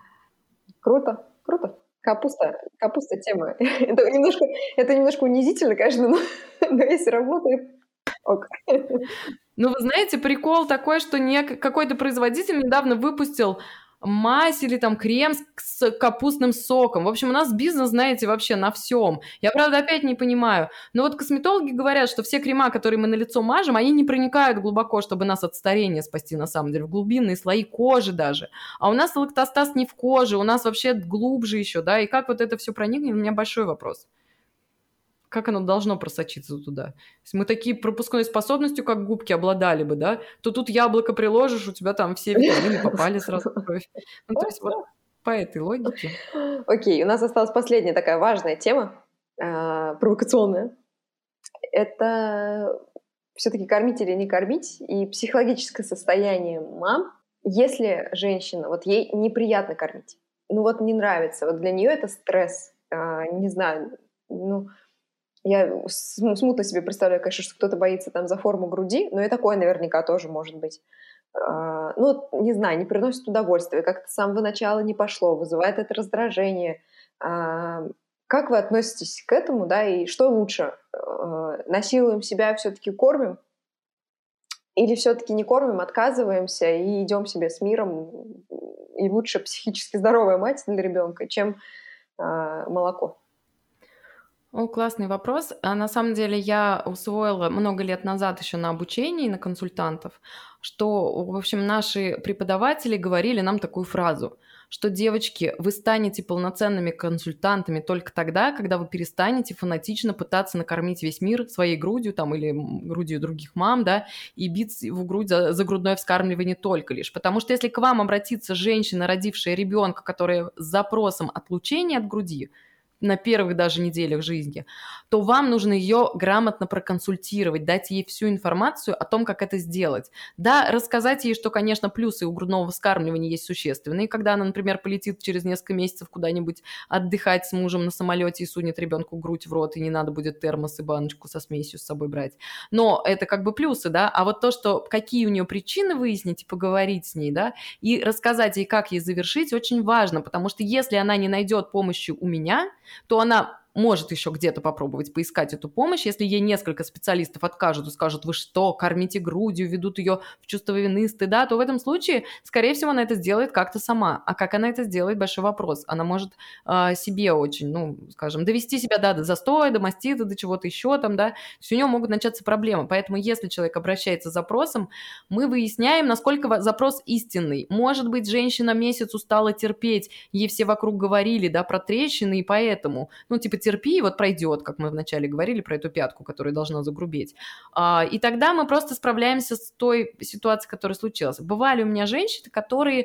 Круто, круто. Капуста, капуста тема. Это немножко, это немножко унизительно, конечно, но, но если работает, ок. Ну, вы знаете, прикол такой, что не, какой-то производитель недавно выпустил мазь или там крем с капустным соком. В общем, у нас бизнес, знаете, вообще на всем. Я, правда, опять не понимаю. Но вот косметологи говорят, что все крема, которые мы на лицо мажем, они не проникают глубоко, чтобы нас от старения спасти, на самом деле, в глубинные слои кожи даже. А у нас лактостаз не в коже, у нас вообще глубже еще, да, и как вот это все проникнет, у меня большой вопрос. Как оно должно просочиться туда? Если мы такие пропускной способностью, как губки, обладали бы, да, то тут яблоко приложишь, у тебя там все витамины попали сразу в кровь. Ну, то есть вот по этой логике. Окей, у нас осталась последняя такая важная тема, э, провокационная. Это все-таки кормить или не кормить, и психологическое состояние мам, если женщина, вот ей неприятно кормить, ну вот не нравится, вот для нее это стресс, э, не знаю, ну, я смутно себе представляю, конечно, что кто-то боится там за форму груди, но и такое наверняка тоже может быть. Э, ну, не знаю, не приносит удовольствия, как-то с самого начала не пошло, вызывает это раздражение. Э, как вы относитесь к этому, да, и что лучше? Э, насилуем себя, все-таки кормим? Или все-таки не кормим, отказываемся и идем себе с миром, и лучше психически здоровая мать для ребенка, чем э, молоко? О, классный вопрос. А на самом деле я усвоила много лет назад еще на обучении, на консультантов, что, в общем, наши преподаватели говорили нам такую фразу, что, девочки, вы станете полноценными консультантами только тогда, когда вы перестанете фанатично пытаться накормить весь мир своей грудью там, или грудью других мам, да, и бить в грудь за, за грудное вскармливание только лишь. Потому что если к вам обратится женщина, родившая ребенка, которая с запросом отлучения от груди, на первых даже неделях жизни, то вам нужно ее грамотно проконсультировать, дать ей всю информацию о том, как это сделать. Да, рассказать ей, что, конечно, плюсы у грудного вскармливания есть существенные, когда она, например, полетит через несколько месяцев куда-нибудь отдыхать с мужем на самолете и сунет ребенку грудь в рот, и не надо будет термос и баночку со смесью с собой брать. Но это как бы плюсы, да, а вот то, что какие у нее причины выяснить и поговорить с ней, да, и рассказать ей, как ей завершить, очень важно, потому что если она не найдет помощи у меня, то она может еще где-то попробовать поискать эту помощь. Если ей несколько специалистов откажут и скажут, вы что, кормите грудью, ведут ее в чувство вины, стыда, то в этом случае, скорее всего, она это сделает как-то сама. А как она это сделает, большой вопрос. Она может э, себе очень, ну, скажем, довести себя да, до застоя, до мастита, до чего-то еще там, да. То есть у нее могут начаться проблемы. Поэтому если человек обращается с запросом, мы выясняем, насколько запрос истинный. Может быть, женщина месяц устала терпеть, ей все вокруг говорили, да, про трещины, и поэтому, ну, типа, терпи, вот пройдет, как мы вначале говорили про эту пятку, которая должна загрубеть. А, и тогда мы просто справляемся с той ситуацией, которая случилась. Бывали у меня женщины, которые...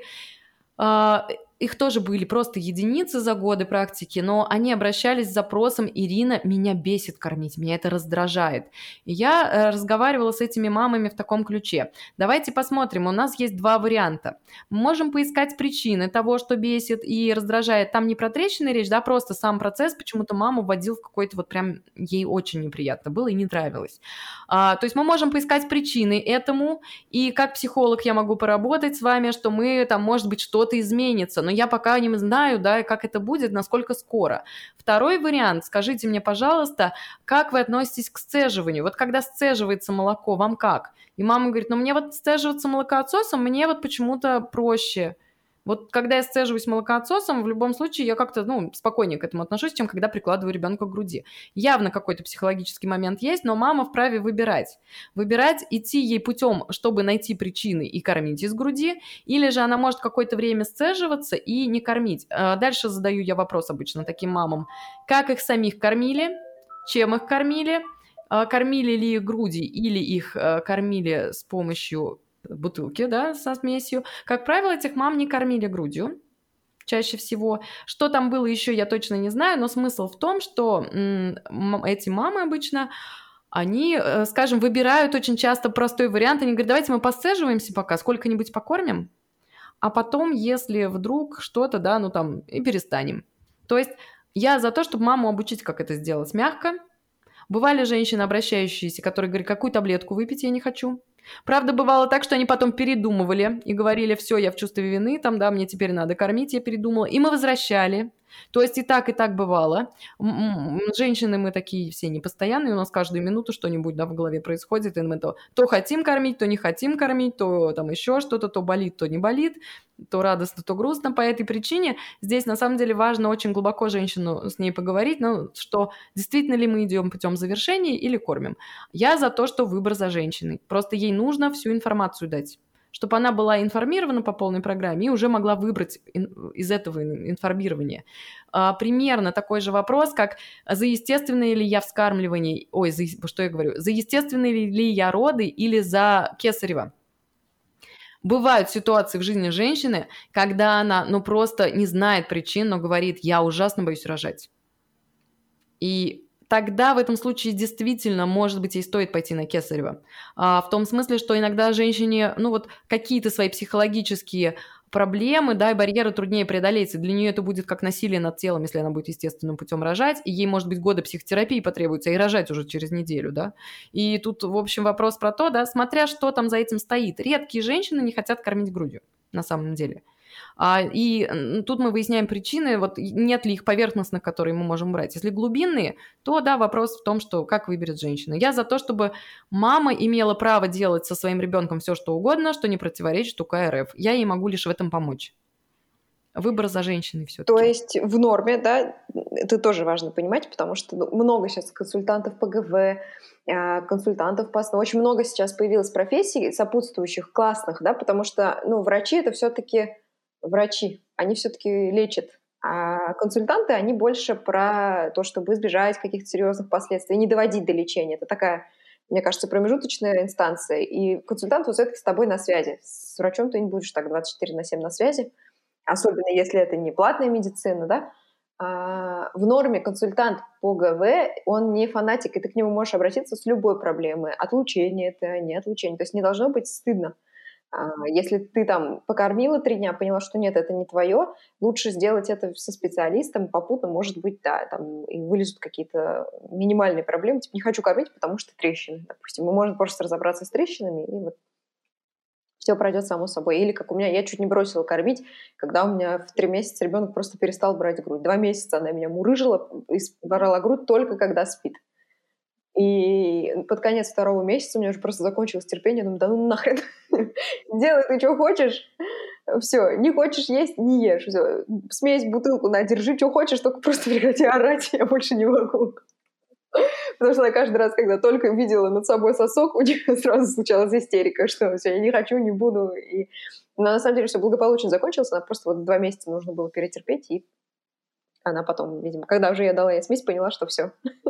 А, их тоже были просто единицы за годы практики, но они обращались с запросом: «Ирина, меня бесит кормить, меня это раздражает». И я э, разговаривала с этими мамами в таком ключе. Давайте посмотрим, у нас есть два варианта. Мы можем поискать причины того, что бесит и раздражает. Там не про трещины речь, да, просто сам процесс почему-то маму вводил в какой-то вот прям ей очень неприятно было и не нравилось. А, то есть мы можем поискать причины этому, и как психолог я могу поработать с вами, что мы там, может быть, что-то изменится, но я пока не знаю, да, как это будет, насколько скоро. Второй вариант. Скажите мне, пожалуйста, как вы относитесь к сцеживанию? Вот когда сцеживается молоко, вам как? И мама говорит, ну мне вот сцеживаться молокоотсосом, мне вот почему-то проще. Вот когда я сцеживаюсь молокоотсосом, в любом случае я как-то, ну, спокойнее к этому отношусь, чем когда прикладываю ребенка к груди. Явно какой-то психологический момент есть, но мама вправе выбирать. Выбирать, идти ей путем, чтобы найти причины и кормить из груди, или же она может какое-то время сцеживаться и не кормить. Дальше задаю я вопрос обычно таким мамам. Как их самих кормили? Чем их кормили? Кормили ли их груди или их кормили с помощью бутылки, да, со смесью. Как правило, этих мам не кормили грудью чаще всего. Что там было еще, я точно не знаю, но смысл в том, что м- эти мамы обычно, они, скажем, выбирают очень часто простой вариант. Они говорят, давайте мы посцеживаемся пока, сколько-нибудь покормим, а потом, если вдруг что-то, да, ну там, и перестанем. То есть я за то, чтобы маму обучить, как это сделать мягко. Бывали женщины, обращающиеся, которые говорят, какую таблетку выпить я не хочу. Правда, бывало так, что они потом передумывали и говорили, все, я в чувстве вины, там, да, мне теперь надо кормить, я передумала. И мы возвращали. То есть и так, и так бывало. Женщины мы такие все непостоянные, у нас каждую минуту что-нибудь, да, в голове происходит, и мы то, то хотим кормить, то не хотим кормить, то там еще что-то, то болит, то не болит, то радостно, то грустно. По этой причине здесь на самом деле важно очень глубоко женщину с ней поговорить, ну, что действительно ли мы идем путем завершения или кормим. Я за то, что выбор за женщиной. Просто ей нужно всю информацию дать, чтобы она была информирована по полной программе и уже могла выбрать из этого информирования. А, примерно такой же вопрос, как за естественное ли я вскармливание, ой, за, что я говорю, за естественные ли я роды или за кесарево. бывают ситуации в жизни женщины, когда она, ну, просто не знает причин, но говорит: я ужасно боюсь рожать. И тогда в этом случае действительно, может быть, ей стоит пойти на кесарево. А, в том смысле, что иногда женщине, ну, вот какие-то свои психологические проблемы, да, и барьеры труднее преодолеть, и для нее это будет как насилие над телом, если она будет естественным путем рожать, и ей, может быть, годы психотерапии потребуется, и рожать уже через неделю, да. И тут, в общем, вопрос про то, да, смотря что там за этим стоит. Редкие женщины не хотят кормить грудью, на самом деле. А, и м, тут мы выясняем причины, вот и нет ли их поверхностных, которые мы можем брать. Если глубинные, то да, вопрос в том, что как выберет женщина. Я за то, чтобы мама имела право делать со своим ребенком все, что угодно, что не противоречит УК РФ. Я ей могу лишь в этом помочь. Выбор за женщиной То все-таки. есть в норме, да, это тоже важно понимать, потому что ну, много сейчас консультантов по ГВ, а, консультантов по основе. Очень много сейчас появилось профессий сопутствующих, классных, да, потому что, ну, врачи это все-таки врачи, они все-таки лечат. А консультанты, они больше про то, чтобы избежать каких-то серьезных последствий, не доводить до лечения. Это такая, мне кажется, промежуточная инстанция. И консультант вот все-таки с тобой на связи. С врачом ты не будешь так двадцать четыре на семь на связи, особенно если это не платная медицина, да. А, в норме консультант по ГВ, он не фанатик, и ты к нему можешь обратиться с любой проблемой. Отлучение это, не отлучение. То есть не должно быть стыдно. А, если ты там покормила три дня, поняла, что нет, это не твое, лучше сделать это со специалистом, попутно, может быть, да, там и вылезут какие-то минимальные проблемы, типа не хочу кормить, потому что трещины, допустим. Мы можем просто разобраться с трещинами, и вот все пройдет само собой. Или как у меня, я чуть не бросила кормить, когда у меня в три месяца ребенок просто перестал брать грудь. Два месяца она меня мурыжила, брала грудь только когда спит. И под конец второго месяца у меня уже просто закончилось терпение. Думаю, да ну нахрен, делай ты что хочешь. Все, не хочешь есть, не ешь. Всё. Смесь, бутылку на, держи, что хочешь, только просто прекрати орать, я больше не могу. Потому что она каждый раз, когда только видела над собой сосок, у нее сразу случалась истерика, что все, я не хочу, не буду. И... Но на самом деле все благополучно закончилось, она просто вот два месяца нужно было перетерпеть, и она потом, видимо, когда уже я дала ей смесь, поняла, что все.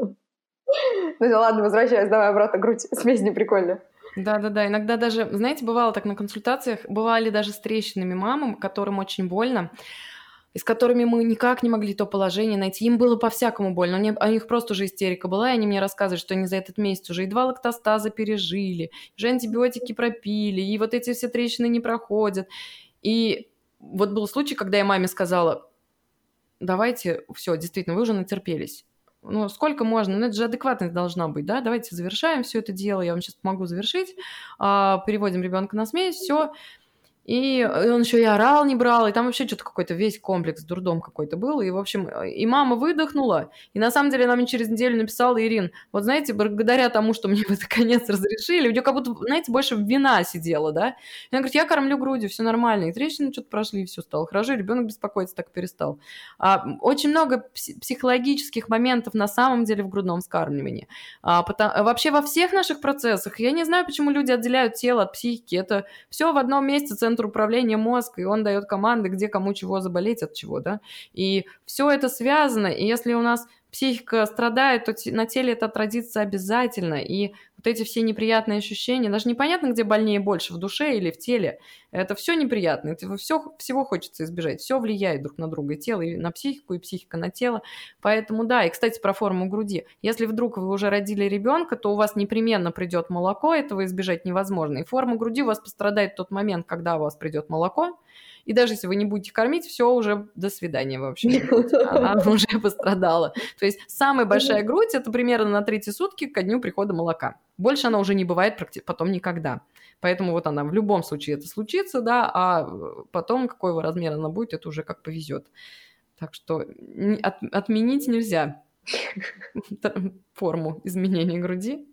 Ну ладно, возвращаюсь, давай обратно грудь, смесь не прикольная. Да-да-да, иногда даже, знаете, бывало так на консультациях, бывали даже с трещинами мамам, которым очень больно, и с которыми мы никак не могли то положение найти. Им было по-всякому больно. У них, у них просто уже истерика была, и они мне рассказывают, что они за этот месяц уже и два лактостаза пережили, уже антибиотики пропили, и вот эти все трещины не проходят. И вот был случай, когда я маме сказала: давайте, все, действительно, вы уже натерпелись. Ну, сколько можно? Ну, это же адекватность должна быть, да? Давайте завершаем все это дело, я вам сейчас помогу завершить. А, переводим ребенка на смесь, все. И он еще и орал, не брал, и там вообще что-то какой-то весь комплекс, дурдом какой-то был. И, в общем, и мама выдохнула. И на самом деле она мне через неделю написала: Ирин, вот знаете, благодаря тому, что мне в этот конец разрешили, у нее как будто, знаете, больше вина сидела, да? И она говорит: я кормлю грудью, все нормально. И трещины что-то прошли, и все стало хорошо, и ребенок беспокоиться так перестал. А, очень много психологических моментов на самом деле в грудном вскармливании. А, потому, вообще во всех наших процессах, я не знаю, почему люди отделяют тело от психики. Это все в одном месте, центр управления мозг, и он дает команды, где кому чего заболеть, от чего, да, и все это связано, и если у нас психика страдает, то на теле это отразится обязательно, и вот эти все неприятные ощущения, даже непонятно, где больнее больше, в душе или в теле, это все неприятно, это все, всего хочется избежать, все влияет друг на друга, и тело и на психику, и психика на тело, поэтому да, и, кстати, про форму груди, если вдруг вы уже родили ребенка, то у вас непременно придет молоко, этого избежать невозможно, и форма груди у вас пострадает в тот момент, когда у вас придет молоко, и даже если вы не будете кормить, все уже до свидания вообще. Она уже пострадала. То есть самая большая грудь – это примерно на третьи сутки ко дню прихода молока. Больше она уже не бывает потом никогда. Поэтому вот она в любом случае это случится, да, а потом какого размера она будет, это уже как повезет. Так что от, отменить нельзя форму изменения груди.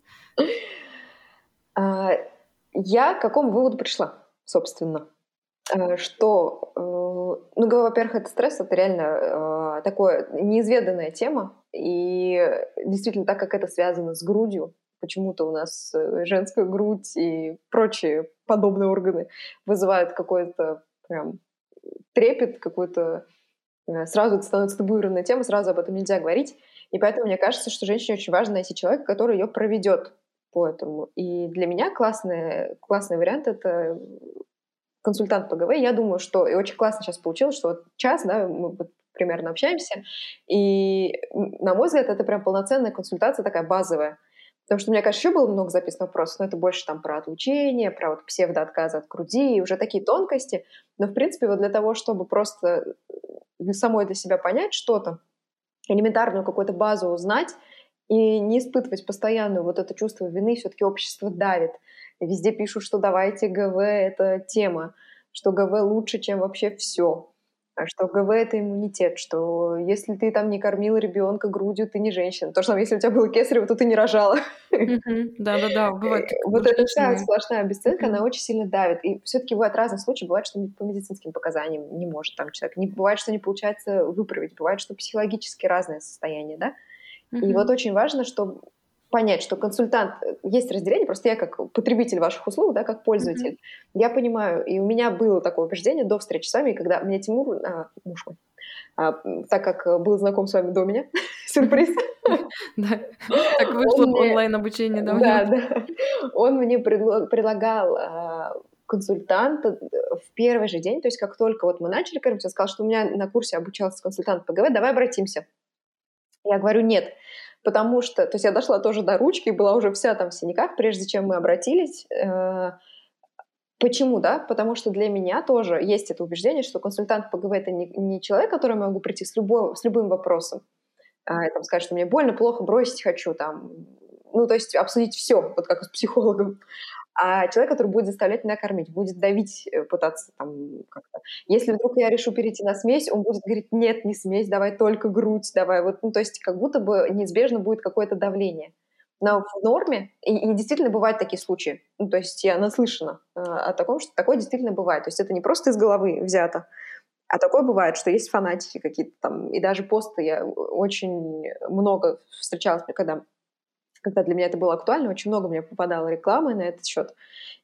Я к какому выводу пришла, собственно? Что, ну, во-первых, это стресс, это реально такая неизведанная тема, и действительно, так как это связано с грудью, почему-то у нас женская грудь и прочие подобные органы вызывают какой-то прям трепет, какой-то... Сразу это становится табуированной темой, сразу об этом нельзя говорить, и поэтому мне кажется, что женщине очень важно найти человека, который ее проведет по этому. И для меня классный, классный вариант — это консультант по ГВ, я думаю, что и очень классно сейчас получилось, что вот час, да, мы вот примерно общаемся, и, на мой взгляд, это прям полноценная консультация такая базовая. Потому что у меня, конечно, еще было много записанных вопросов, но это больше там про отлучение, про вот псевдоотказы от груди, и уже такие тонкости. Но, в принципе, вот для того, чтобы просто самой для себя понять что-то, элементарную какую-то базу узнать и не испытывать постоянную вот это чувство вины, все-таки общество давит. Везде пишут, что давайте ГВ — это тема, что ГВ лучше, чем вообще все. А что ГВ — это иммунитет, что если ты там не кормила ребенка грудью, ты не женщина. То, что если у тебя было кесарево, то ты не рожала. Мгм. Да-да-да, бывает такое Вот у эта вся женщины. сплошная обесценка, Мгм. она очень сильно давит. И все-таки бывают разные случаи. Бывает, что по медицинским показаниям не может там человек. Не бывает, что не получается выправить. Бывает, что психологически разное состояние, да? И вот Мгм. очень важно, что понять, что консультант, есть разделение, просто я как потребитель ваших услуг, да, как Мгм. пользователь, я понимаю, и у меня было такое убеждение до встречи с вами, когда мне Тимур, а, муж мой, а, м, так как был знаком с вами до меня, Мгм. сюрприз, Да, так вышло он мне, онлайн-обучение, да, у него. да, да, он мне предло- предлагал а, консультанта э, в первый же день, то есть как только вот мы начали кормить, он сказал, что у меня на курсе обучался консультант по ГВ, давай обратимся. Я говорю, нет, потому что, то есть я дошла тоже до ручки, была уже вся там в синяках, прежде чем мы обратились. Э, Почему, да? Потому что для меня тоже есть это убеждение, что консультант по ГВ — это не, не человек, к которому я могу прийти с, любой, с любым вопросом, а, и там сказать, что мне больно, плохо, бросить хочу, там, ну, то есть обсудить все, вот как с психологом. А человек, который будет заставлять меня кормить, будет давить, э, пытаться там как-то. Если вдруг я решу перейти на смесь, он будет говорить: "Нет, не смесь, давай только грудь, давай". Вот, ну, то есть как будто бы неизбежно будет какое-то давление. Но в норме, и и действительно бывают такие случаи. Ну, то есть я наслышана, э, о таком, что такое действительно бывает. То есть это не просто из головы взято, а такое бывает, что есть фанатики какие-то там. И даже посты я очень много встречалась, когда когда для меня это было актуально, очень много мне попадало рекламы на этот счет.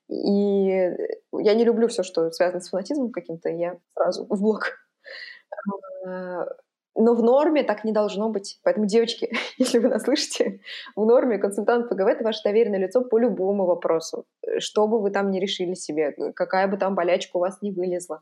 И я не люблю все, что связано с фанатизмом каким-то, я сразу в блок. А, но в норме так не должно быть. Поэтому, девочки, если вы нас слышите, в норме консультант по ГВ — это ваше доверенное лицо по любому вопросу. Э, Что бы вы там ни решили себе, э, какая бы там болячка у вас ни вылезла.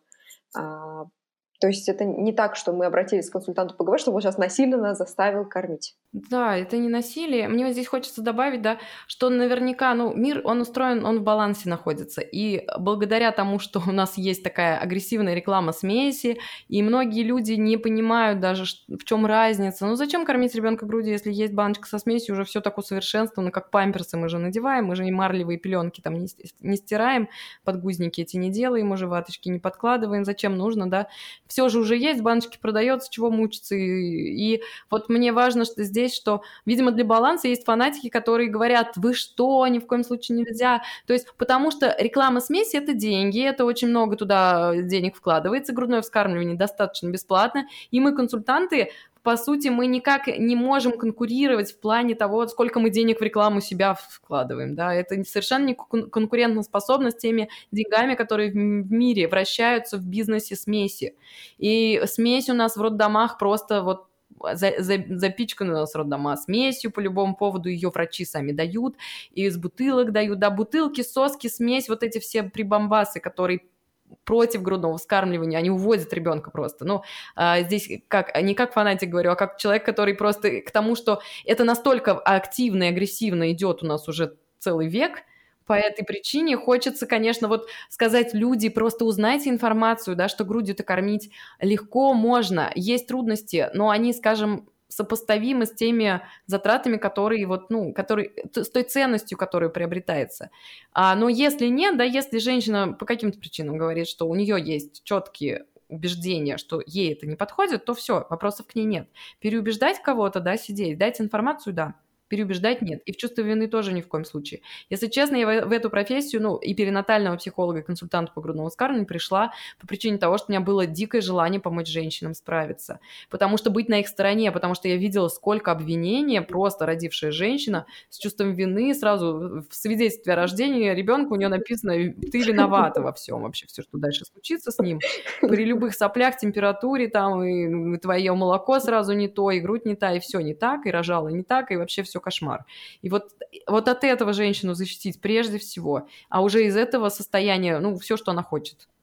А, То есть это не так, что мы обратились к консультанту по ГВ, чтобы он сейчас насильно нас заставил кормить. Да, это не насилие. Мне вот здесь хочется добавить, да, что наверняка, ну, мир, он устроен, он в балансе находится. И благодаря тому, что у нас есть такая агрессивная реклама смеси, и многие люди не понимают даже, ш- в чем разница. Ну, зачем кормить ребенка грудью, если есть баночка со смесью, уже все так усовершенствовано, как памперсы мы же надеваем, мы же и марлевые пеленки там не, с- не стираем, подгузники эти не делаем, уже ваточки не подкладываем, зачем нужно, да. Все же уже есть, баночки продается, чего мучиться. И, и вот мне важно, что здесь, что, видимо, для баланса есть фанатики, которые говорят: вы что, ни в коем случае нельзя. То есть, потому что реклама смеси — это деньги, это очень много туда денег вкладывается, грудное вскармливание достаточно бесплатно, и мы, консультанты, по сути, мы никак не можем конкурировать в плане того, сколько мы денег в рекламу себя вкладываем, да, это совершенно не кон- конкурентоспособно с теми деньгами, которые в м- в мире вращаются в бизнесе смеси. И смесь у нас в роддомах просто вот за, за, запичканы у нас роддома смесью, по любому поводу ее врачи сами дают, и из бутылок дают, да, бутылки, соски, смесь, вот эти все прибамбасы, которые против грудного вскармливания, они уводят ребенка просто. Ну, а, здесь как, не как фанатик говорю, а как человек, который просто к тому, что это настолько активно и агрессивно идет у нас уже целый век, по этой причине хочется, конечно, вот сказать: люди, просто узнайте информацию, да, что грудью-то кормить легко можно, есть трудности, но они, скажем, сопоставимы с теми затратами, которые вот, ну, которые, с той ценностью, которая приобретается. А, но если нет, да, если женщина по каким-то причинам говорит, что у нее есть четкие убеждения, что ей это не подходит, то все, вопросов к ней нет. Переубеждать кого-то, да, сидеть, дать информацию, да. Переубеждать нет. И в чувство вины тоже ни в коем случае. Если честно, я в, в эту профессию, ну, и перинатального психолога, и консультанта по грудному вскармливанию пришла по причине того, что у меня было дикое желание помочь женщинам справиться. Потому что быть на их стороне, потому что я видела, сколько обвинений просто родившая женщина с чувством вины сразу в свидетельстве о рождении ребенка у нее написано: ты виновата во всем вообще, все, что дальше случится с ним. При любых соплях, температуре там, и, и твое молоко сразу не то, и грудь не та, и все не так, и рожала не так, и вообще все кошмар. И вот, вот от этого женщину защитить прежде всего, а уже из этого состояния, ну, все, что она хочет.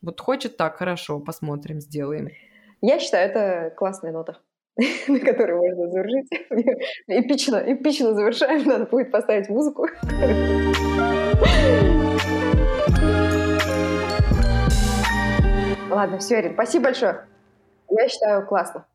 Вот хочет так, хорошо, посмотрим, сделаем. Я считаю, это классная нота, на которой можно завершить. Эпично, эпично завершаем, надо будет поставить музыку. Ладно, все, Ирин, спасибо большое. Я считаю, классно.